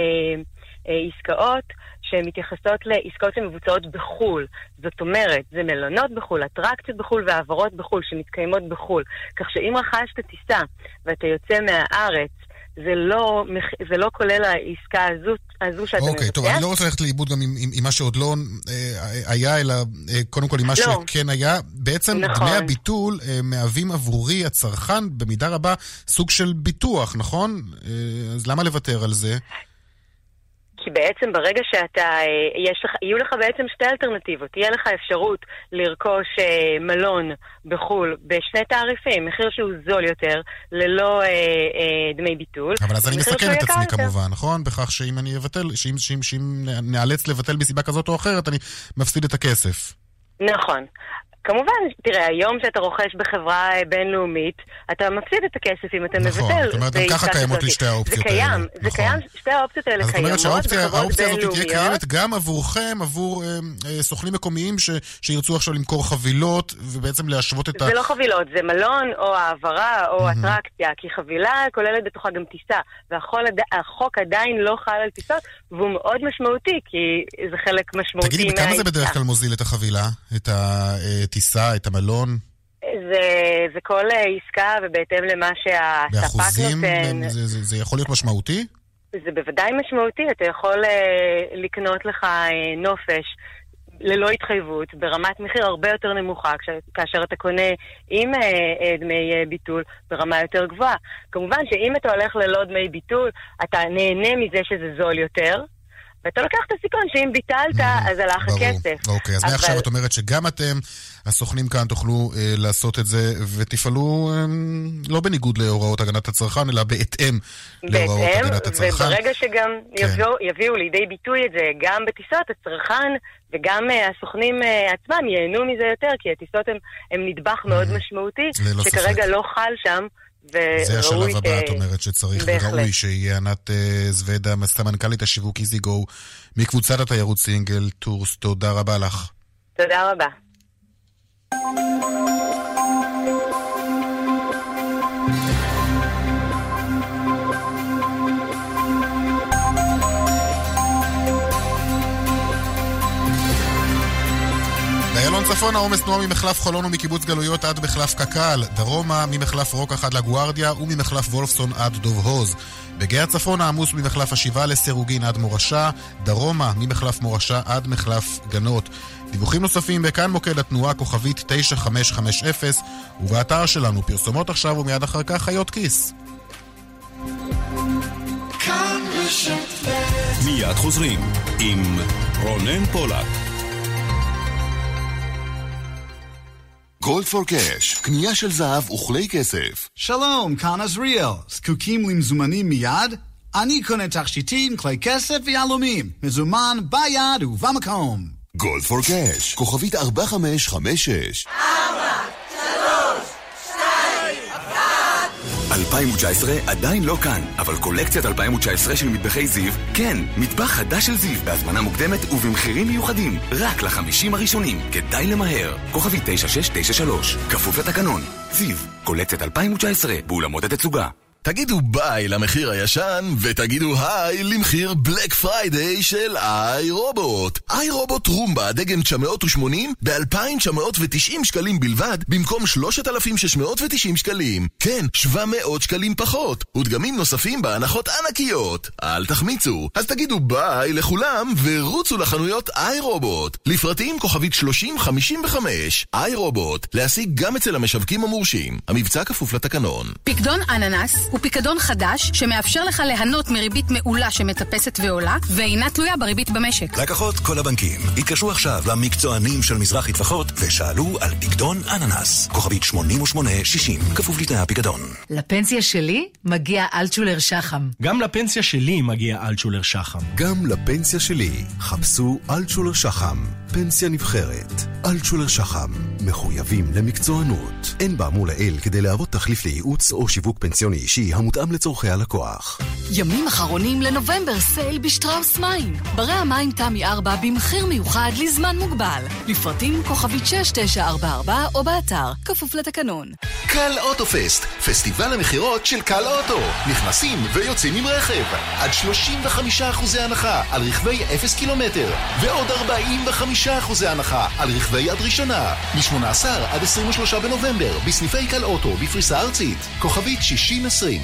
עסקאות שמתייחסות לעסקאות שמבוצעות בחול. זאת אומרת, זה מלונות בחול, אטרקציות בחול והעברות בחול שמתקיימות בחול. כך שאם רכשת טיסה ואתה יוצא מהארץ, זה לא, זה לא כולל העסקה הזו, הזו שאתה מבצע. אוקיי, טוב, אני לא רוצה ללכת לאיבוד גם עם, עם, עם מה שעוד לא אה, היה, אלא אה, קודם כל עם מה לא. שכן היה. בעצם נכון. דמי הביטול אה, מהווים עבורי הצרכן במידה רבה סוג של ביטוח, נכון? אה, אז למה לוותר על זה? כי בעצם ברגע שאתה, יש לך, יהיו לך בעצם שתי אלטרנטיבות. תהיה לך אפשרות לרכוש מלון בחול בשני תעריפים, מחיר שהוא זול יותר, ללא אה, אה, דמי ביטול. אבל אז אני מסכן את עצמי יותר. כמובן, נכון? בכך שאם אני אבטל, שאם, שאם, שאם נאלץ לבטל מסיבה כזאת או אחרת, אני מפסיד את הכסף. נכון. כמובן, תראה, היום שאתה רוכש בחברה בינלאומית, אתה מפסיד את הכסף אם אתה מבטל. נכון, זאת אומרת, גם ככה קיימות לי שתי האופציות האלה. זה קיים, זה קיים, שתי האופציות האלה קיימות. אז זאת אומרת שהאופציה הזאת תהיה קיימת גם עבורכם, עבור סוכנים מקומיים שירצו עכשיו למכור חבילות, ובעצם להשוות את ה... זה לא חבילות, זה מלון או העברה או אטרקציה, כי חבילה כוללת בתוכה גם טיסה, והחוק עדיין לא חל על טיסות, והוא מאוד משמעותי, כי זה חלק משמעותי. תגידי, בכמה זה בדרך כלל מוזיל את החבילה, את טיסה, את המלון? זה, זה כל עסקה ובהתאם למה שהספק באחוזים, נותן. זה, זה, זה יכול להיות משמעותי? זה בוודאי משמעותי. אתה יכול uh, לקנות לך uh, נופש ללא התחייבות, ברמת מחיר הרבה יותר נמוכה, כש, כאשר אתה קונה עם uh, uh, דמי uh, ביטול ברמה יותר גבוהה. כמובן שאם אתה הולך ללא דמי ביטול, אתה נהנה מזה שזה זול יותר, ואתה לוקח את הסיכון שאם ביטלת, אז הלך הכסף. אוקיי, אז מעכשיו את אומרת שגם אתם, הסוכנים כאן, תוכלו לעשות את זה, ותפעלו לא בניגוד להוראות הגנת הצרכן, אלא בהתאם להוראות הגנת הצרכן. וברגע שגם יביאו לידי ביטוי את זה, גם בטיסות, הצרכן וגם הסוכנים עצמם ייהנו מזה יותר, כי הטיסות הם נדבך מאוד משמעותי, שכרגע לא חל שם, זה השלב הבא, את אומרת שצריך וראוי שיהיה ענת זוודה, סמנכ"לית השיווק איזיגו מקבוצת התיירות סינגל טורס. תודה רבה לך. תודה רבה. באיילון צפון העומס תנועה ממחלף חולון ומקיבוץ גלויות עד מחלף קקל, דרומה ממחלף רוקח עד לגוארדיה וממחלף וולפסון עד דוב הוז. בגאה הצפון העמוס ממחלף השיבה לסירוגין עד מורשה, דרומה ממחלף מורשה עד מחלף גנות. דיווחים נוספים בכאן מוקד התנועה כוכבית תשע חמש חמש אפס, ובאתר שלנו פרסומות עכשיו ומיד אחר כך חיות כיס. מיד חוזרים עם רונן פולק. גולד פור קאש, קנייה של זהב וכלי כסף. שלום, כאן עזריאל. זקוקים למזומנים מיד? אני קונה תכשיטים, כלי כסף ויהלומים. מזומן ביד ובמקום. גולד פור קאש, כוכבית ארבע חמש חמש שש. ארבע, שלוש, שתיים, אחת. אלפיים תשע עשרה עדיין לא כאן, אבל קולקציית אלפיים תשע עשרה של מטבחי זיו, כן, מטבח חדש של זיו, בהזמנה מוקדמת ובמחירים מיוחדים, רק לחמישים הראשונים, כדאי למהר. כוכבי תשע שש תשע שלוש, כפוף לתקנון. זיו, קולקציית אלפיים תשע עשרה, באולמות התצוגה. תגידו ביי למחיר הישן, ותגידו היי למחיר בלק פריידיי של איי רובוט. איי רובוט רומבה דגם תשע מאות ושמונים ב-אלפיים תשע מאות ותשעים שקלים בלבד, במקום שלושת אלפים שש מאות ותשעים שקלים. כן, שבע מאות שקלים פחות. ודגמים נוספים בהנחות ענקיות. אל תחמיצו. אז תגידו ביי לכולם, ורוצו לחנויות איי רובוט. לפרטים כוכבית שלושים חמישים וחמש. איי רובוט, להשיג גם אצל המשווקים המורשים. המבצע כפוף לתקנון. פיקדון אננס הוא פיקדון חדש שמאפשר לך ליהנות מריבית מעולה שמטפסת ועולה, ואינה תלויה בריבית במשק. לקוחות כל הבנקים התקשרו עכשיו למקצוענים של מזרחי טפחות ושאלו על פיקדון אננס. כוכבית שמונים ושמונה שישים, כפוף לתנאי הפיקדון. לפנסיה שלי מגיע אלטשולר שחם. גם לפנסיה שלי מגיע אלטשולר שחם. גם לפנסיה שלי חפשו אלטשולר שחם. פנסיה נבחרת. אלטשולר שחם. מחויבים למקצוענות. אין באמור לעיל כדי להוות תחליף לייעוץ או שיווק פנסיוני אישי המותאם לצורכי הלקוח. ימים אחרונים לנובמבר סייל בשטראוס מים. ברי המים תמי ארבע במחיר מיוחד לזמן מוגבל. לפרטים כוכבית שש תשע ארבע ארבע או באתר, כפוף לתקנון. קל אוטופסט, פסטיבל המחירות של קל אוטו. נכנסים ויוצאים עם רכב. עד שלושים וחמישה אחוז הנחה על רכבי אפס קילומטר. ועוד ארבעים וחמישה אחוז הנחה על רכבי יד ראשונה. מ-שמונה עשר עד עשרים ושלושה בנובמבר, בסניפי קל אוטו בפריסה ארצית. כוכבית שישים עשרים.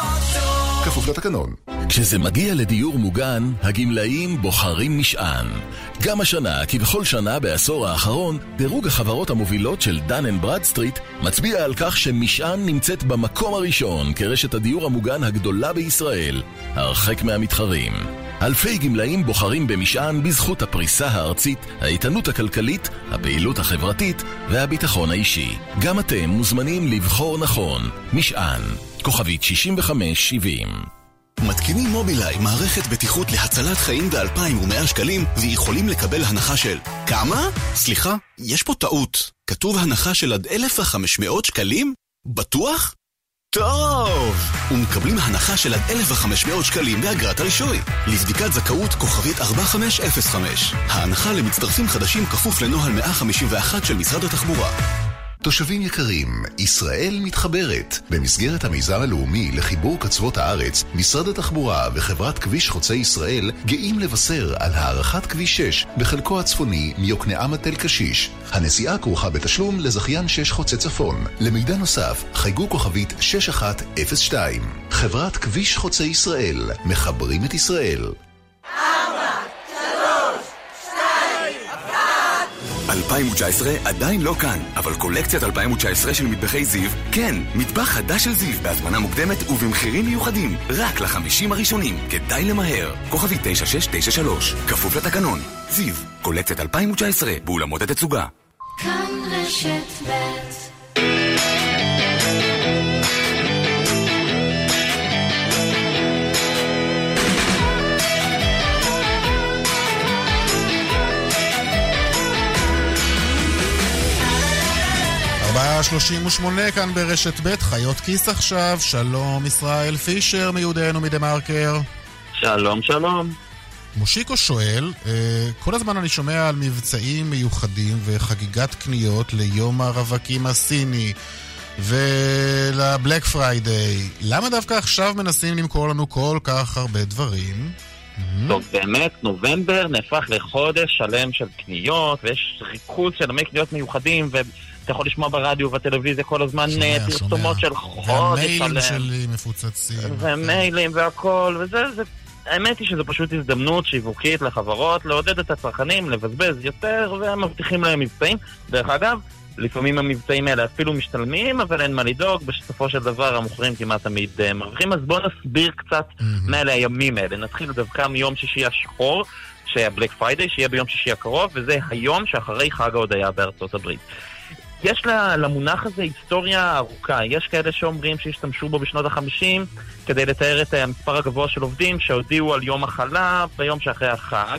כפוף לתקנון. כשזה מגיע לדיור מוגן, הגמלאים בוחרים משען. גם השנה, כי בכל שנה בעשור האחרון, דירוג החברות המובילות של דן אנד ברדסטריט מצביע על כך שמשען נמצאת במקום הראשון כרשת הדיור המוגן הגדולה בישראל, הרחק מהמתחרים. אלפי גמלאים בוחרים במשען בזכות הפריסה הארצית, האיתנות הכלכלית, הפעילות החברתית והביטחון האישי. גם אתם מוזמנים לבחור נכון. משען, כוכבית שישים וחמש שבעים. מתקינים מובילאיי מערכת בטיחות להצלת חיים ב-אלפיים ומאה שקלים ויכולים לקבל הנחה של כמה? סליחה, יש פה טעות. כתוב הנחה של עד אלף וחמש מאות שקלים? בטוח? טוב! ומקבלים הנחה של עד אלף וחמש מאות שקלים באגרת הרישוי. לבדיקת זכאות כוכבית ארבע חמש אפס חמש. ההנחה למצטרפים חדשים כפוף לנוהל מאה חמישים ואחת של משרד התחבורה. תושבים יקרים, ישראל מתחברת. במסגרת המיזם הלאומי לחיבור קצוות הארץ, משרד התחבורה וחברת כביש חוצה ישראל גאים לבשר על הארכת כביש שש בחלקו הצפוני מיוקנעם עד תל קשיש. הנסיעה כרוכה בתשלום לזכיין שש חוצה צפון. למידע נוסף, חייגו כוכבית שש אחת אפס שתיים. חברת כביש חוצה ישראל, מחברים את ישראל. אלפיים תשע עשרה עדיין לא כאן, אבל קולקציית אלפיים תשע עשרה של מטבחי זיו, כן, מטבח חדש של זיו, בהזמנה מוקדמת ובמחירים מיוחדים, רק לחמישים הראשונים, כדאי למהר. כוכבי תשע שש תשע שלוש, כפוף לתקנון. זיו, קולקציית אלפיים תשע עשרה, באולמות התצוגה. כאן רשת ב' ארבע שלושים ושמונה כאן ברשת ב' חיות כיס עכשיו. שלום ישראל פישר מיודענו מדמרקר. שלום שלום. מושיקו שואל, כל הזמן אני שומע על מבצעים מיוחדים וחגיגת קניות ליום הרווקים הסיני ולבלק פריידיי. למה דווקא עכשיו מנסים למכור לנו כל כך הרבה דברים? טוב, באמת, נובמבר נהפך לחודש שלם של קניות, ויש ריכוז של ימי קניות מיוחדים, ואתה יכול לשמוע ברדיו ובטלוויזיה כל הזמן פרסומות של חודש שלם. והמיילים שלי מפוצצים. ומיילים והכל, וזה, זה, האמת היא שזו פשוט הזדמנות שיווקית לחברות, לעודד את הצרכנים, לבזבז יותר, והם מבטיחים להם מבצעים. דרך אגב, לפעמים המבצעים האלה אפילו משתלמים, אבל אין מה לדאוג, בסופו של דבר המוכרים כמעט תמיד uh, מרוויחים. אז בואו נסביר קצת mm-hmm. מאלה הימים האלה. נתחיל דווקא מיום שישי השחור, שהיה בלק פריידיי, שיהיה ביום שישי הקרוב, וזה היום שאחרי חג ההודיה בארצות הברית. יש למונח הזה היסטוריה ארוכה. יש כאלה שאומרים שהשתמשו בו בשנות החמישים כדי לתאר את המספר הגבוה של עובדים שהודיעו על יום החלה ביום שאחרי החג.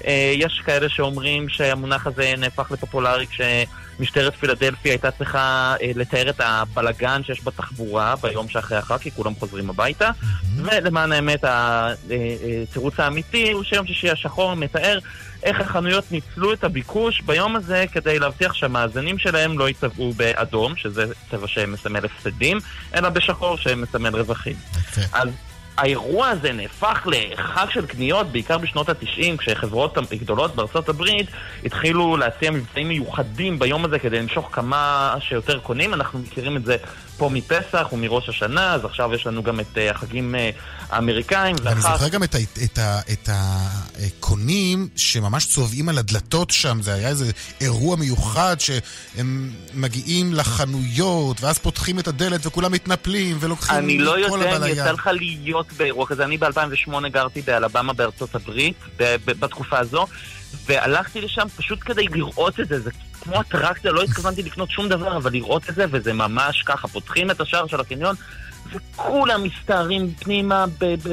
יש כאלה שאומרים שהמונח הזה נהפך לפופולרי כשמשטרת פילדלפיה הייתה צריכה לתאר את הבלגן שיש בתחבורה ביום שאחרי החג, כי כולם חוזרים הביתה. ולמען האמת, התירוץ האמיתי הוא שיום שישי השחור מתאר איך החנויות ניצלו את הביקוש ביום הזה כדי להבטיח שהמאזנים שלהם לא יצבעו באדום, שזה צבע שמסמל הפסדים, אלא בשחור שמסמל רווחים. אז האירוע הזה נהפך לחג של קניות, בעיקר בשנות ה-תשעים, כשחברות גדולות בארצות הברית התחילו להציע מבצעים מיוחדים ביום הזה כדי למשוך כמה שיותר קונים. אנחנו מכירים את זה פה מפסח ומראש השנה, אז עכשיו יש לנו גם את החגים האמריקאים. ואני זוכר גם את, את, את הקונים שממש צובעים על הדלתות שם, זה היה איזה אירוע מיוחד שהם מגיעים לחנויות ואז פותחים את הדלת וכולם מתנפלים ולוקחים אני לא יודע אם יצא לך להיות באירוע כזה. אני ב-אלפיים ושמונה גרתי באלבמה בארצות הברית בתקופה הזו, והלכתי לשם פשוט כדי לראות את זה. זה כמו אטרקציה, לא התכוונתי לקנות שום דבר, אבל לראות את זה, וזה ממש ככה. פותחים את השער של הקניון וכולם מסתערים פנימה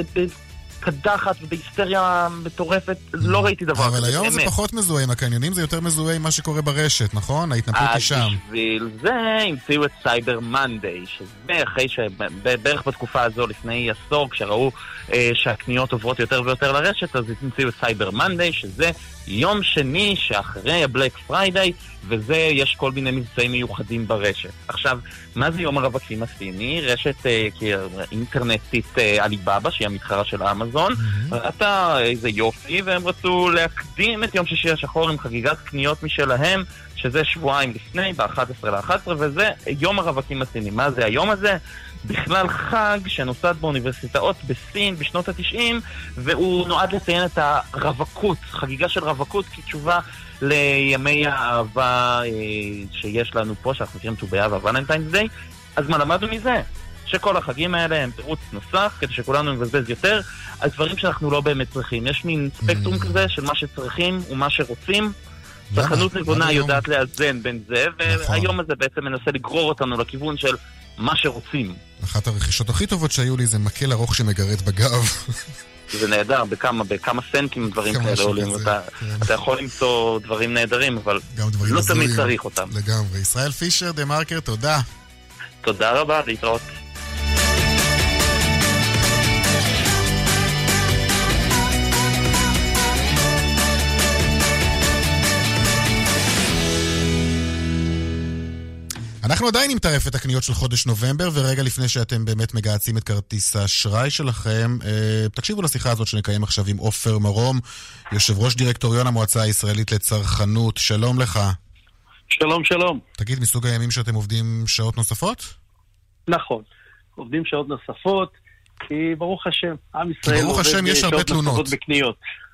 בקדחת ובהיסטריה מטורפת. לא ראיתי דבר כזה. אבל היום זה פחות מזוהה עם הקניונים, זה יותר מזוהה עם מה שקורה ברשת, נכון? ההתנפלות היא שם. בשביל זה המציאו את סייבר מנדיי, שזה אחרי שבערך בתקופה הזו לפני עשור, כשראו שהקניות עוברות יותר ויותר לרשת, אז המציאו את סייבר מנדיי, שזה יום שני שאחרי הבלק פריידיי, וזה יש כל מיני מבצעים מיוחדים ברשת. עכשיו, מה זה יום הרווקים הסיני? רשת אינטרנטית עליבאבא, שהיא המתחרה של אמזון, ראתה איזה יופי, והם רצו להקדים את יום שישי השחור עם חגיגת קניות משלהם, שזה שבועיים לפני, ב-אחת עשרה לאחת עשרה, וזה יום הרווקים הסיני. מה זה היום הזה? בכלל חג שנוסד באוניברסיטאות בסין בשנות ה-תשעים, והוא נועד לציין את הרווקות, חגיגה של רווקות כתשובה לימי האהבה שיש לנו פה, שאנחנו מכירים ט"ו באב והוולנטיינס דיי. אז מה למדנו מזה? שכל החגים האלה הם תירוץ נוסף, כדי שכולנו נבזבז יותר על דברים שאנחנו לא באמת צריכים. יש מין ספקטרום כזה של מה שצריכים ומה שרוצים. צרכנות נבונה יודעת לאזן בין זה, והיום הזה בעצם מנסה לגרור אותנו לכיוון של מה שרוצים. אחת הרכישות הכי טובות שהיו לי זה מקל ארוך שמגרד בגב. זה נהדר, בכמה, בכמה סנטים דברים כאלה עולים. אתה, אתה יכול למצוא דברים נהדרים, אבל לא תמיד צריך אותם. לגמרי. ישראל פישר, דה מרקר, תודה. תודה רבה, להתראות. אנחנו עדיין עם טרפת הקניות של חודש נובמבר, ורגע לפני שאתם באמת מגעצים את כרטיס האשראי שלכם, תקשיבו לשיחה הזאת שנקיים עכשיו עם עופר מרום, יושב ראש דירקטוריון המועצה הישראלית לצרכנות. שלום לך. שלום, שלום. תגיד, מסוג הימים שאתם עובדים שעות נוספות? נכון, עובדים שעות נוספות, כי ברוך השם, עם ישראל כי ברוך השם יש הרבה תלונות. בקניות.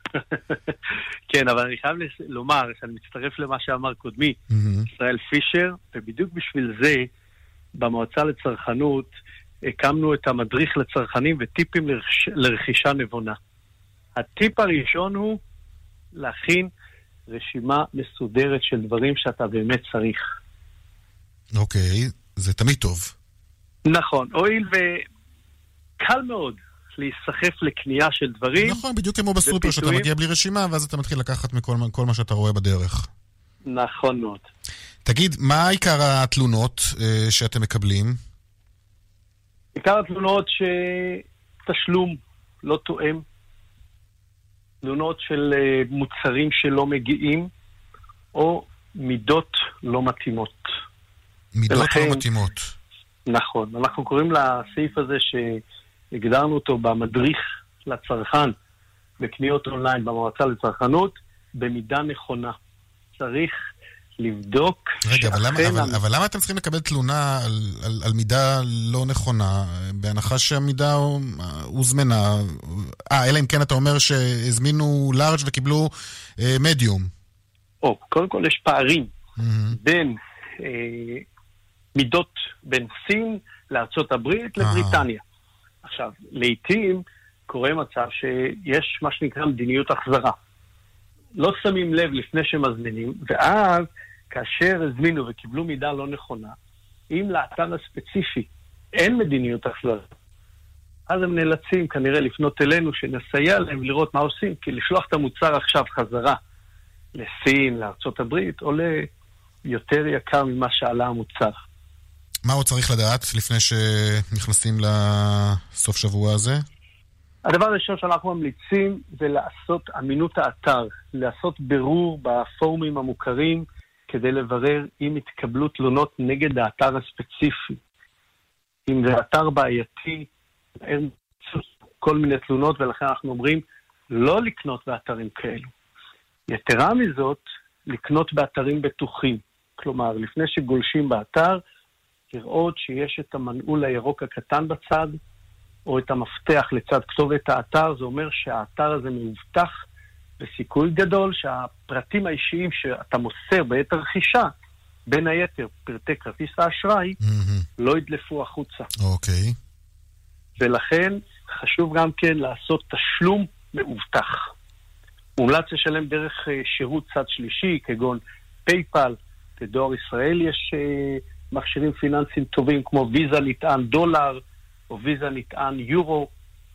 כן, אבל אני חייב לומר שאני מצטרף למה שאמר קודמי, ישראל פישר, ובדיוק בשביל זה במועצה לצרכנות הקמנו את המדריך לצרכנים וטיפים לרכישה נבונה. הטיפ הראשון הוא להכין רשימה מסודרת של דברים שאתה באמת צריך. אוקיי, זה תמיד טוב. נכון, הואיל וקל מאוד להיסחף לקנייה של דברים. נכון, בדיוק כמו בסופר שאתה מגיע בלי רשימה, ואז אתה מתחיל לקחת מכל כל מה שאתה רואה בדרך. נכון מאוד. תגיד, מה עיקר התלונות אה, שאתם מקבלים? עיקר התלונות שתשלום לא תואם, תלונות של אה, מוצרים שלא מגיעים, או מידות לא מתאימות. מידות ולכן, לא מתאימות. נכון, אנחנו קוראים לסעיף הזה ש... הגדרנו אותו במדריך לצרכן בקניות אונליין במועצה לצרכנות במידה נכונה. צריך לבדוק רגע, אבל למה, אבל, אבל למה אתם צריכים לקבל תלונה על, על, על מידה לא נכונה, בהנחה שהמידה הוזמנה? אה, אלא אם כן אתה אומר שהזמינו לארג' וקיבלו אה, מדיום. או, קודם כל יש פערים mm-hmm. בין אה, מידות בין סין לארצות הברית לבריטניה. עכשיו, לעתים קורה מצב שיש מה שנקרא מדיניות החזרה. לא שמים לב לפני שמזמינים, ואז כאשר הזמינו וקיבלו מידה לא נכונה, אם לאתר הספציפי אין מדיניות החזרה, אז הם נאלצים כנראה לפנות אלינו שנסייע להם לראות מה עושים, כי לשלוח את המוצר עכשיו חזרה לסין, לארצות הברית, עולה יותר יקר ממה שעלה המוצר. מה עוד צריך לדעת לפני שנכנסים לסוף שבוע הזה? הדבר הראשון שאנחנו ממליצים זה לעשות אמינות האתר, לעשות ברור בפורומים המוכרים כדי לברר אם התקבלו תלונות נגד האתר הספציפי. אם זה אתר בעייתי, כל מיני תלונות, ולכן אנחנו אומרים לא לקנות באתרים כאלו. יתרה מזאת, לקנות באתרים בטוחים. כלומר, לפני שגולשים באתר, לראות שיש את המנעול הירוק הקטן בצד, או את המפתח לצד כתובת האתר, זה אומר שהאתר הזה מאובטח, וסיכוי גדול שהפרטים האישיים שאתה מוסר בעת הרכישה, בין היתר פרטי כרטיס האשראי, mm-hmm. לא ידלפו החוצה. אוקיי. Okay. ולכן חשוב גם כן לעשות תשלום מאובטח. מומלץ לשלם דרך שירות צד שלישי, כגון פייפל, בדואר ישראל יש מכשירים פיננסיים טובים, כמו ויזה נטען דולר, או ויזה נטען יורו,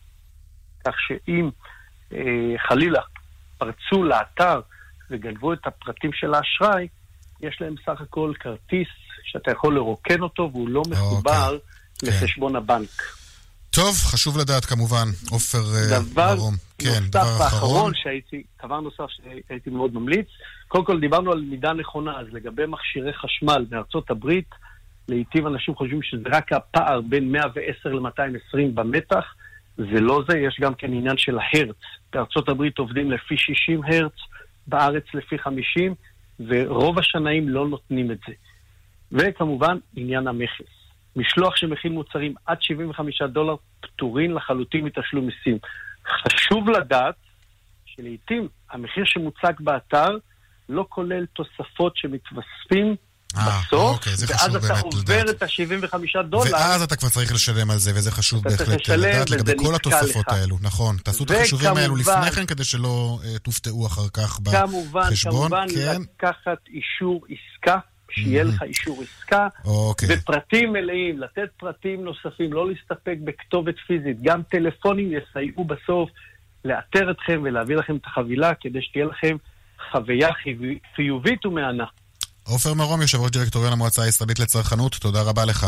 כך שאם אה, חלילה פרצו לאתר וגנבו את הפרטים של האשראי, יש להם סך הכל כרטיס שאתה יכול לרוקן אותו, והוא לא מחובר okay. לחשבון okay. הבנק. טוב, חשוב לדעת כמובן, עופר מרום. כן, דבר אחרון שהייתי, דבר נוסף שהייתי מאוד ממליץ, קודם כל דיברנו על מידה נכונה, אז לגבי מכשירי חשמל בארצות הברית, לעתים אנשים חושבים שזה רק הפער בין מאה ועשר ל-מאתיים ועשרים במתח, זה לא זה, יש גם כן עניין של ההרץ. בארצות הברית עובדים לפי שישים הרץ, בארץ לפי חמישים, ורוב השנאים לא נותנים את זה. וכמובן, עניין המכס. משלוח שמכיל מוצרים עד שבעים וחמישה דולר פטורין לחלוטין מתשלום מיסים. חשוב לדעת שלעיתים המחיר שמוצג באתר לא כולל תוספות שמתווספים בסוף, אוקיי, ואז אתה עובר לדעת. את ה-שבעים וחמישה דולר. ואז אתה כבר צריך לשלם על זה, וזה חשוב בהחלט לדעת לגבי כל התוספות לך. האלו. נכון, תעשו את החישובים האלו לפני כן, כדי שלא uh, תופתעו אחר כך כמובן, בחשבון. כמובן, כמובן, כן. לקחת אישור עסקה, שיהיה לך אישור עסקה, אוקיי. ופרטים מלאים, לתת פרטים נוספים, לא להסתפק בכתובת פיזית, גם טלפונים יסייעו בסוף לאתר אתכם ולהביא לכם את החבילה, כדי שתהיה לכם חוויה חיובית ומענה. עופר מרום, יושב ראש דירקטוריון המועצה הישראלית לצרכנות, תודה רבה לך.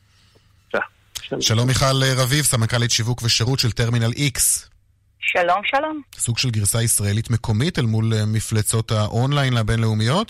שלום. שלום מיכל רביב, סמנכ"לית שיווק ושירות של טרמינל איקס. שלום, שלום. סוג של גרסה ישראלית מקומית אל מול מפלצות האונליין הבינלאומיות?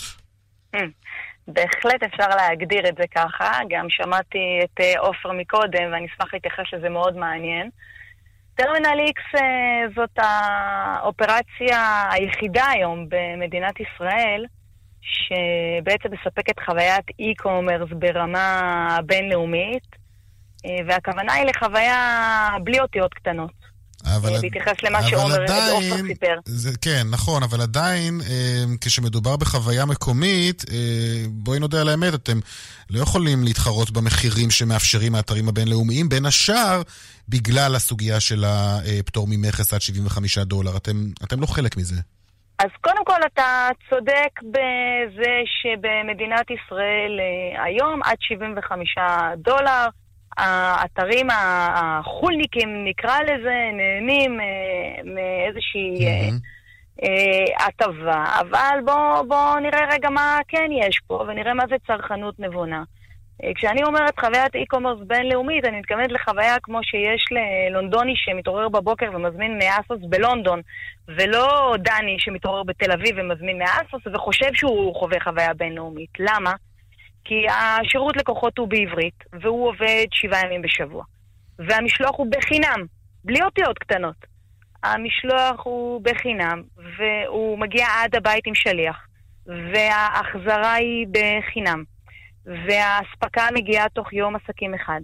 בהחלט אפשר להגדיר את זה ככה, גם שמעתי את עופר מקודם ואני אשמח להתייחס לזה מאוד מעניין. טרמינל איקס זאת האופרציה היחידה היום במדינת ישראל, שבעצם מספקת חוויית אי-קומרס ברמה בינלאומית, והכוונה היא לחוויה בלי אותיות קטנות. בהתייחס למה שעומר עופר סיפר. זה, כן, נכון, אבל עדיין, כשמדובר בחוויה מקומית, בואי נודה על האמת, אתם לא יכולים להתחרות במחירים שמאפשרים האתרים הבינלאומיים, בין השאר, בגלל הסוגיה של הפטור ממכס עד שבעים וחמישה דולר. אתם, אתם לא חלק מזה. אז קודם כל אתה צודק בזה שבמדינת ישראל היום עד שבעים וחמישה דולר, האתרים החולניקים נקרא לזה, נהנים מאיזושהי הטבה, אבל בוא, בוא נראה רגע מה כן יש פה ונראה מה זה צרכנות נבונה. כשאני אומרת חוויית אי-קומרס בינלאומית, אני מתכוונת לחוויה כמו שיש ללונדוני שמתעורר בבוקר ומזמין מאסוס בלונדון, ולא דני שמתעורר בתל אביב ומזמין מאסוס וחושב שהוא חווה חוויה בינלאומית. למה? כי השירות לקוחות הוא בעברית, והוא עובד שבעה ימים בשבוע. והמשלוח הוא בחינם, בלי אותיות קטנות. המשלוח הוא בחינם, והוא מגיע עד הבית עם שליח, וההחזרה היא בחינם. וההספקה מגיעה תוך יום עסקים אחד.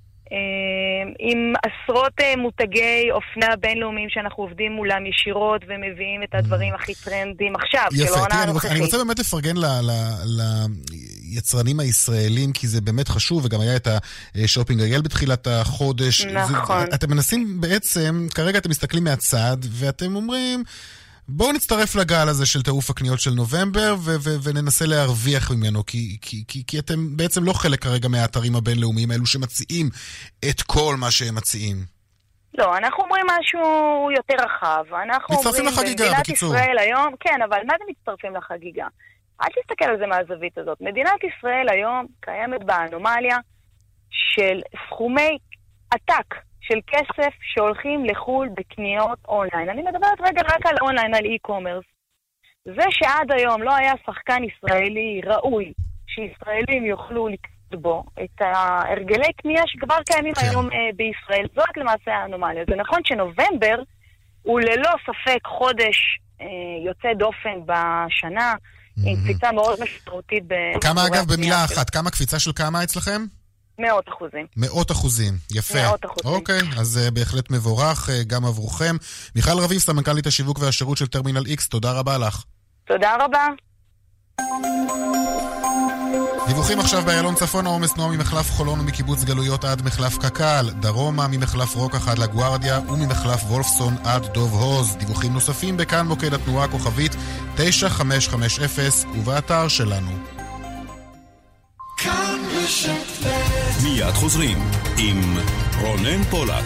עם עשרות מותגי אופנה בינלאומיים שאנחנו עובדים מולם ישירות ומביאים את הדברים הכי טרנדים עכשיו. יפה, תראה, אני רוצה באמת לפרגן ליצרנים הישראלים, כי זה באמת חשוב, וגם היה את השופינג רגל בתחילת החודש. נכון. אתם מנסים בעצם, כרגע אתם מסתכלים מהצד, ואתם אומרים, בואו נצטרף לגל הזה של טירוף הקניות של נובמבר, ו- ו- וננסה להרוויח ממנו, כי, כי, כי, כי אתם בעצם לא חלק כרגע מהאתרים הבינלאומיים האלו שמציעים את כל מה שהם מציעים. לא, אנחנו אומרים משהו יותר רחב. אנחנו מצטרפים לחגיגה, בקיצור. ישראל היום, כן, אבל מה זה מצטרפים לחגיגה? אל תסתכל על זה מהזווית הזאת. מדינת ישראל היום קיימת באנומליה של סכומי עתק של כסף שהולכים לחול בקניות אונליין. אני מדברת רגע רק על אונליין, על אי-קומרס. זה שעד היום לא היה שחקן ישראלי ראוי שישראלים יוכלו לקנות בו את ההרגלי קנייה שכבר קיימים כן. היום אה, בישראל. זאת למעשה האנומליה. זה נכון שנובמבר הוא ללא ספק חודש אה, יוצא דופן בשנה, mm-hmm. עם קפיצה מאוד משמעותית. כמה אגב במילה אחת, כמה קפיצה של כמה אצלכם? מאות אחוזים. מאות אחוזים, יפה. מאות אחוזים. אוקיי, אז uh, בהחלט מבורך, uh, גם עבורכם. מיכל רביב, סמנכ"לית השיווק והשירות של טרמינל X, תודה רבה לך. תודה רבה. דיווחים עכשיו באיילון צפון, העומס נוע ממחלף חולון ומקיבוץ גלויות עד מחלף קקל, דרומה ממחלף רוקח עד לגוארדיה וממחלף וולפסון עד דוב הוז. דיווחים נוספים בכאן מוקד התנועה כוכבית תשע חמש חמש אפס ובאתר שלנו. מיד חוזרים עם רונן פולק.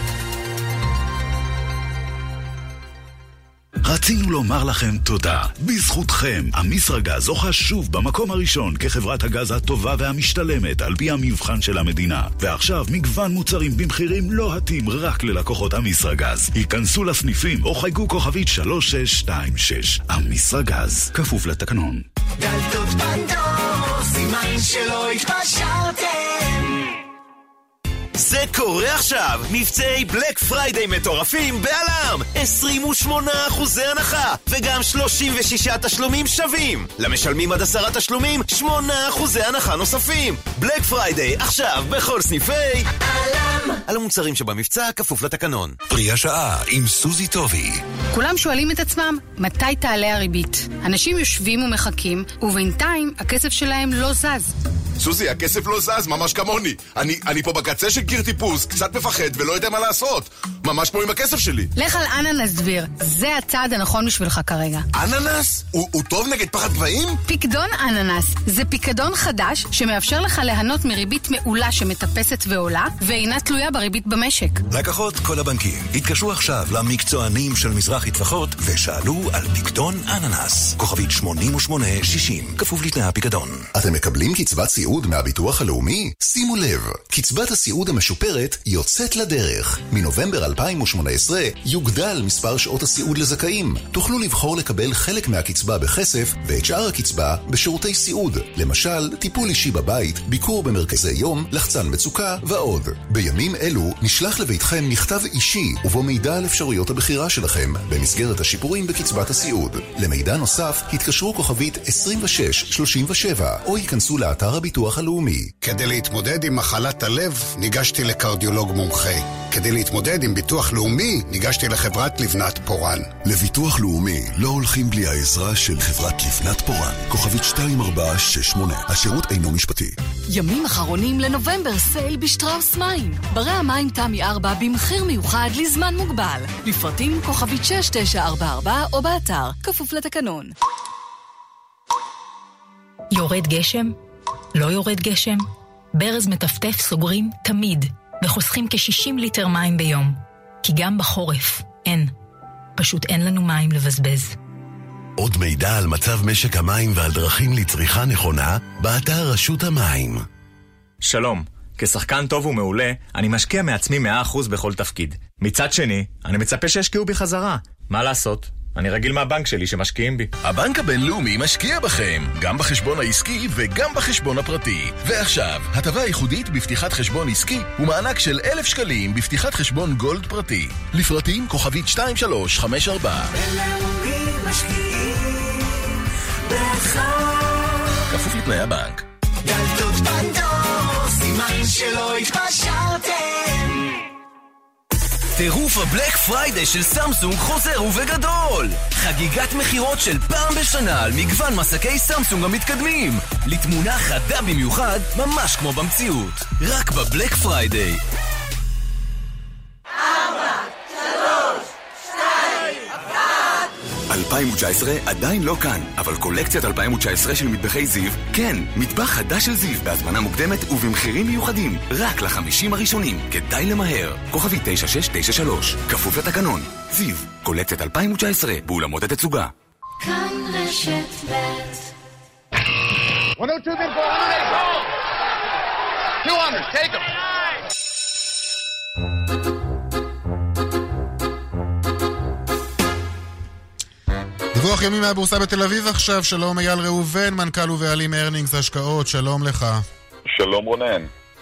רצינו לומר לכם תודה. בזכותכם, המסרגז זוכה שוב במקום הראשון כחברת הגז הטובה והמשתלמת על פי המבחן של המדינה. ועכשיו מגוון מוצרים במחירים לא התאים רק ללקוחות המסרגז. היכנסו לסניפים או חייגו כוכבית שלוש שש שתיים שש. המסרגז, כפוף לתקנון. דלתות פנדור, סימן שלא התפשרתם. זה קורה עכשיו! מבצעי בלק פריידיי מטורפים באלארם! עשרים ושמונה אחוזי הנחה וגם שלושים ושישה תשלומים שווים! למשלמים עד עשרה תשלומים, שמונה אחוזי הנחה נוספים! בלק פריידיי עכשיו בכל סניפי אלארם! על המוצרים שבמבצע כפוף לתקנון. פרי השעה עם סוזי טובי. כולם שואלים את עצמם, מתי תעלה הריבית? אנשים יושבים ומחכים, ובינתיים הכסף שלהם לא זז. סוזי, הכסף לא זז, ממש כמוני. אני, אני פה בקצה של קיר טיפוס, קצת מפחד ולא יודע מה לעשות. ממש כמו עם הכסף שלי. לך על אננס דביר, זה הצעד הנכון בשבילך כרגע. אננס? הוא, הוא טוב נגד פחד גבהים? פיקדון אננס, זה פיקדון חדש שמאפשר לך ליהנות מריבית מעולה שמטפסת ועולה, ואינה תלויה בריבית במשק. לקוחות כל הבנקים, התקשרו עכשיו למקצוענים של מזרחי טפחות ושאלו על פיקדון אננס. כוכבית שמונים ושמונה שישים, כפוף לתנאי הפיקדון. אתם מקבלים קצבת סיעוד מהביטוח הלאומי? שימו לב, קצבת הסיעוד המשופרת יוצאת לדרך. מנובמבר אלפיים שמונה עשרה יוגדל מספר שעות הסיעוד לזכאים. תוכלו לבחור לקבל חלק מהקצבה בכסף ואת שאר הקצבה בשירותי סיעוד. למשל, טיפול אישי בבית, ביקור במרכזי יום, לחצן מצוקה ועוד. בימים אלו נשלח לביתכם מכתב אישי ובו מידע על אפשרויות הבחירה שלכם במסגרת השיפורים בקצבת הסיעוד. למידע נוסף התקשרו כוכבית עשרים ושש שלושים ושבע או ייכנסו לאתר הביטוח הלאומי. כדי להתמודד עם מחלת הלב ניגשתי לקרדיולוג מומחה. כדי להתמודד עם ביטוח לאומי ניגשתי לחברת לבנת פורן. לביטוח לאומי לא הולכים בלי העזרה של חברת לבנת פורן. כוכבית שתיים ארבע שש שמונה. השירות אינו משפטי. ימים אחרונים לנובמבר סייל בשטראוס מים. ברי המים תמי ארבע במחיר מיוחד לזמן מוגבל. לפרטים כוכבית שש תשע ארבע ארבע או באתר, כפוף לתקנון. יורד גשם? לא יורד גשם? ברז מטפטף סוגרים תמיד, וחוסכים כ-שישים ליטר מים ביום. כי גם בחורף אין. פשוט אין לנו מים לבזבז. עוד מידע על מצב משק המים ועל דרכים לצריכה נכונה, באתר רשות המים. שלום, כשחקן טוב ומעולה, אני משקיע מעצמי מאה אחוז בכל תפקיד. מצד שני, אני מצפה שישקיעו בי חזרה. מה לעשות? אני רגיל מהבנק שלי שמשקיעים בי. הבנק הבינלאומי משקיע בכם, גם בחשבון העסקי וגם בחשבון הפרטי. ועכשיו, הטבה ייחודית בפתיחת חשבון עסקי ומענק של אלף שקלים בפתיחת חשבון גולד פרטי. לפרטים כוכבית שתיים שלוש חמש ארבע. בינלאומי משקיעים בך. כפוף לתנאי הבנק. דלתות פנדור, סימן שלא התפשרתם. טירוף הבלק פריידיי של סמסונג חוזר ובגדול. חגיגת מחירות של פעם בשנה על מגוון מסקי סמסונג המתקדמים. לתמונה חדה במיוחד, ממש כמו במציאות. רק בבלק פריידיי. ארבע, שלוש, שתיים, אחת. אלפיים תשע עשרה עדיין לא כאן, אבל קולקציית אלפיים תשע עשרה של מטבחי זיו, כן, מטבח חדש של זיו, בהזמנה מוקדמת ובמחירים מיוחדים, רק לחמישים הראשונים, כדאי למהר. כוכבי תשע שש תשע שלוש, כפוף לתקנון. זיו, קולקציית אלפיים תשע עשרה, באולמות התצוגה. כאן רשת ב' one oh two, then four hundred, two hundred, take them. דיווח יומי מהבורסה בתל אביב עכשיו, שלום אייל ראובן, מנכ"ל ובעלים ארנינגס השקעות, שלום לך. שלום רונן.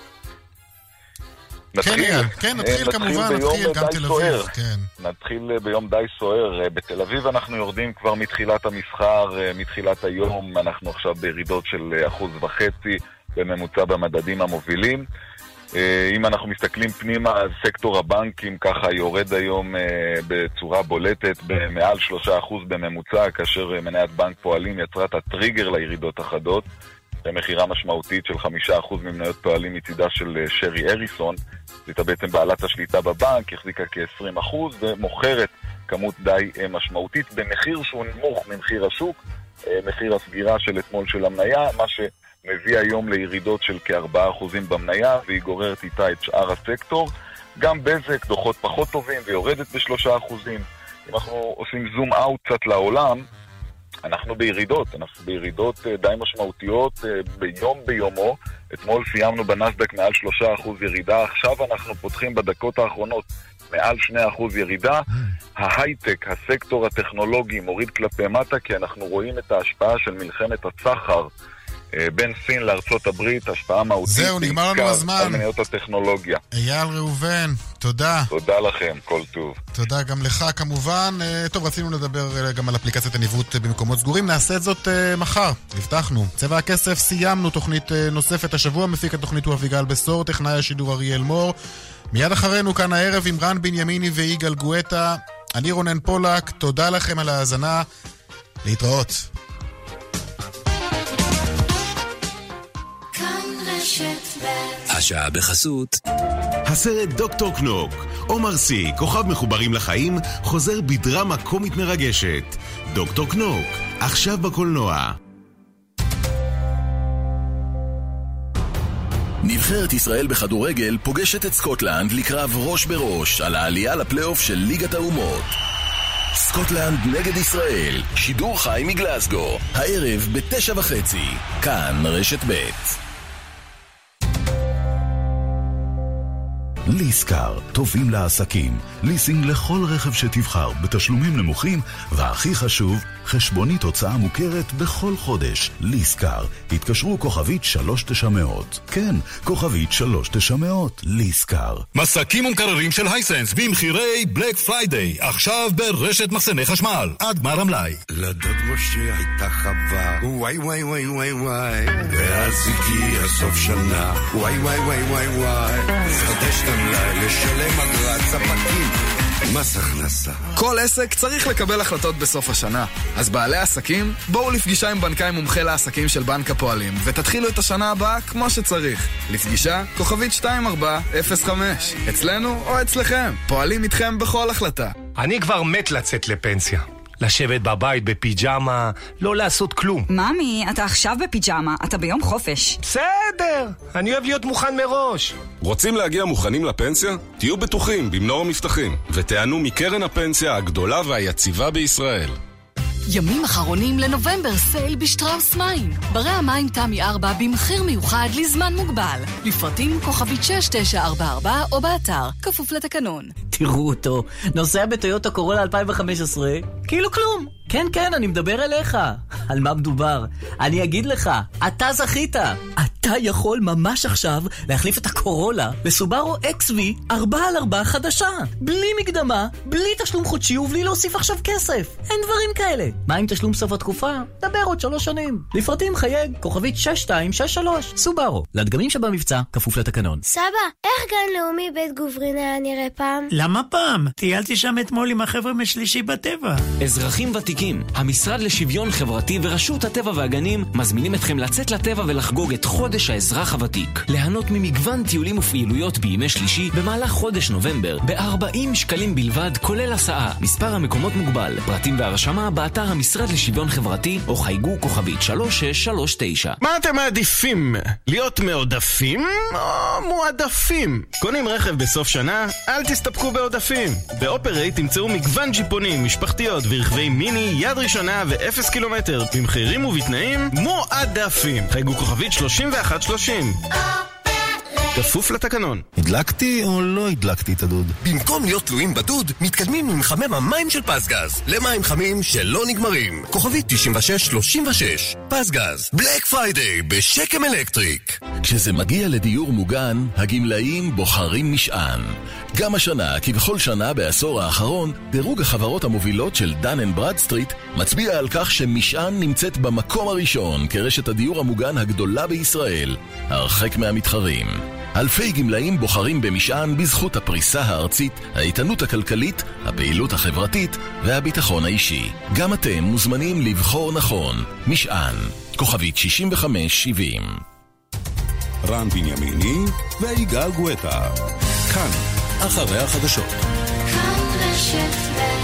כן אייל, כן נתחיל כמובן, נתחיל גם תל אביב. נתחיל ביום די סוער, בתל אביב אנחנו יורדים כבר מתחילת המסחר, מתחילת היום, אנחנו עכשיו בירידות של אחוז וחצי בממוצע במדדים המובילים. אם אנחנו מסתכלים פנימה, אז סקטור הבנקים ככה יורד היום בצורה בולטת במעל שלושה אחוז בממוצע, כאשר מניית בנק פועלים יצרה את הטריגר לירידות החדות, במחירה משמעותית של חמישה אחוז ממניות פועלים מצידה של שרי אריסון, הייתה בעצם בעלת השליטה בבנק, החזיקה כ-עשרים אחוז ומוכרת כמות די משמעותית במחיר שהוא נמוך ממחיר השוק, מחיר הסגירה של אתמול של המניה, מה ש... מביא היום לירידות של כארבעה אחוזים במניה, והיא גוררת איתה את שאר הסקטור. גם בזק, דוחות פחות טובים, ויורדת בשלושה אחוזים. אם אנחנו עושים זום אאוט קצת לעולם, אנחנו בירידות, אנחנו בירידות די משמעותיות ביום ביומו. אתמול סיימנו בנסדק מעל שלושה אחוז ירידה, עכשיו אנחנו פותחים בדקות האחרונות מעל שני אחוז ירידה. ההייטק, הסקטור הטכנולוגי, מוריד כלפי מטה, כי אנחנו רואים את ההשפעה של מלחמת הצחר בין סין לארצות הברית, השפעה מהותית. זהו, נגמר לנו הזמן. על מניות הטכנולוגיה. אייל ראובן, תודה. תודה לכם, כל טוב. תודה גם לך כמובן. טוב, רצינו לדבר גם על אפליקציית הניווט במקומות סגורים, נעשה את זאת מחר. הבטחנו. צבע הכסף, סיימנו תוכנית נוספת השבוע, מפיק התוכנית הוא אביגל בסור, טכנאי השידור אריאל מור. מיד אחרינו כאן הערב עם רן בנימיני ויגאל גואטה. אני רונן פולק, תודה לכם על ההאזנה. להתראות. השעה בחסות הסרט דוקטור קנוק, עומר סי, כוכב מחוברים לחיים, חוזר בדרמה קומית מרגשת. דוקטור קנוק, עכשיו בקולנוע. נבחרת ישראל בכדורגל פוגשת את סקוטלנד לקרב ראש בראש על העלייה לפלייאוף של ליגת האומות. סקוטלנד נגד ישראל, שידור חי מגלסגו, הערב בתשע וחצי, כאן רשת ב'. ליסקר, טובים לעסקים, ליסינג לכל רכב שתבחר בתשלומים נמוכים, והכי חשוב, חשבונית הוצאה מוכרת בכל חודש. ליסקר, התקשרו כוכבית שלוש תשע מאות. כן, כוכבית שלוש תשע מאות, ליסקר. מסקים ומקררים של הייסנס במחירי בלק פריידיי, עכשיו ברשת מחסני חשמל, עד גמר המלאי. לדוד משה הייתה חווה, וואי וואי וואי וואי וואי, ואז הגיע סוף שנה, וואי וואי וואי וואי וואי, חדש תמלאי לשלם אגרת ספקים, מס הכנסה. כל עסק צריך לקבל החלטות בסוף השנה. אז בעלי עסקים, בואו לפגישה עם בנקאי מומחה לעסקים של בנק הפועלים, ותתחילו את השנה הבאה כמו שצריך. לפגישה, כוכבית שתיים ארבע אפס חמש. אצלנו או אצלכם. פועלים איתכם בכל החלטה. אני כבר מת לצאת לפנסיה. לשבת בבית בפיג'מה, לא לעשות כלום. ממי, אתה עכשיו בפיג'מה, אתה ביום חופש. בסדר, אני אוהב להיות מוכן מראש. רוצים להגיע מוכנים לפנסיה? תהיו בטוחים במנור המבטחים, ותענו מקרן הפנסיה הגדולה והיציבה בישראל. ימים אחרונים לנובמבר סייל בשטראוס מים. ברי המים תמי ארבע במחיר מיוחד לזמן מוגבל. לפרטים כוכבית שש תשע ארבע ארבע או באתר, כפוף לתקנון. תראו אותו, נוסע בטויוטה קורולה אלפיים וחמש עשרה, כאילו כלום. כן, כן, אני מדבר אליך. על מה מדובר? אני אגיד לך, אתה זכית. אתה יכול ממש עכשיו להחליף את הקורולה לסובארו אקס וי ארבע על ארבע חדשה. בלי מקדמה, בלי תשלום חודשי ובלי להוסיף עכשיו כסף. אין דברים כאלה. מה עם תשלום סוף התקופה? דבר עוד שלוש שנים. לפרטים חייג, כוכבית שש שתיים שש שלוש. סובארו. לדגמים שבמבצע, כפוף לתקנון. סבא, איך גן לאומי בית גוברין היה נראה פעם? למה פעם? טיילתי שם אתמול עם החבר'ה משלישי בטבע. אזרחים ותיקים, המשרד לשוויון חברתי ורשות הטבע והגנים מזמינים אתכם לצאת לטבע ולחגוג את חודש חודש האזרח הוותיק. ליהנות ממגוון טיולים ופעילויות בימי שלישי במהלך חודש נובמבר ב-ארבעים שקלים בלבד, כולל הסעה. מספר המקומות מוגבל. פרטים והרשמה באתר המשרד לשוויון חברתי או חייגו כוכבית שלוש שש שלוש תשע. מה אתם מעדיפים? להיות מעודפים או מועדפים? קונים רכב בסוף שנה? אל תסתפקו בעודפים. באופרייט תמצאו מגוון ג'יפונים, משפחתיות ורכבי מיני יד ראשונה ואפס קילומטר במחירים ובתנאים מועדפים. חייגו כוכבית שלושים ואחת שלושים. כפוף לתקנון. הדלקתי או לא הדלקתי את הדוד? במקום להיות תלויים בדוד, מתקדמים עם מחמם המים של פסגז. למים חמים שלא נגמרים. כוכבית תשעים ושש שלושים ושש. פסגז. בלק פריידיי בשקם אלקטריק. כשזה מגיע לדיור מוגן, הגמלאים בוחרים משען. גם השנה, כבכל שנה בעשור האחרון, דירוג החברות המובילות של דן אנד ברדסטריט מצביע על כך שמשען נמצאת במקום הראשון כרשת הדיור המוגן הגדולה בישראל, הרחק מהמתחרים. אלפי גמלאים בוחרים במשען בזכות הפריסה הארצית, האיתנות הכלכלית, הפעילות החברתית והביטחון האישי. גם אתם מוזמנים לבחור נכון. משען, כוכבית שישים וחמש שבעים. רן בנימיני ויגאל גואטה. כאן, אחרי החדשות. כאן רשת ב'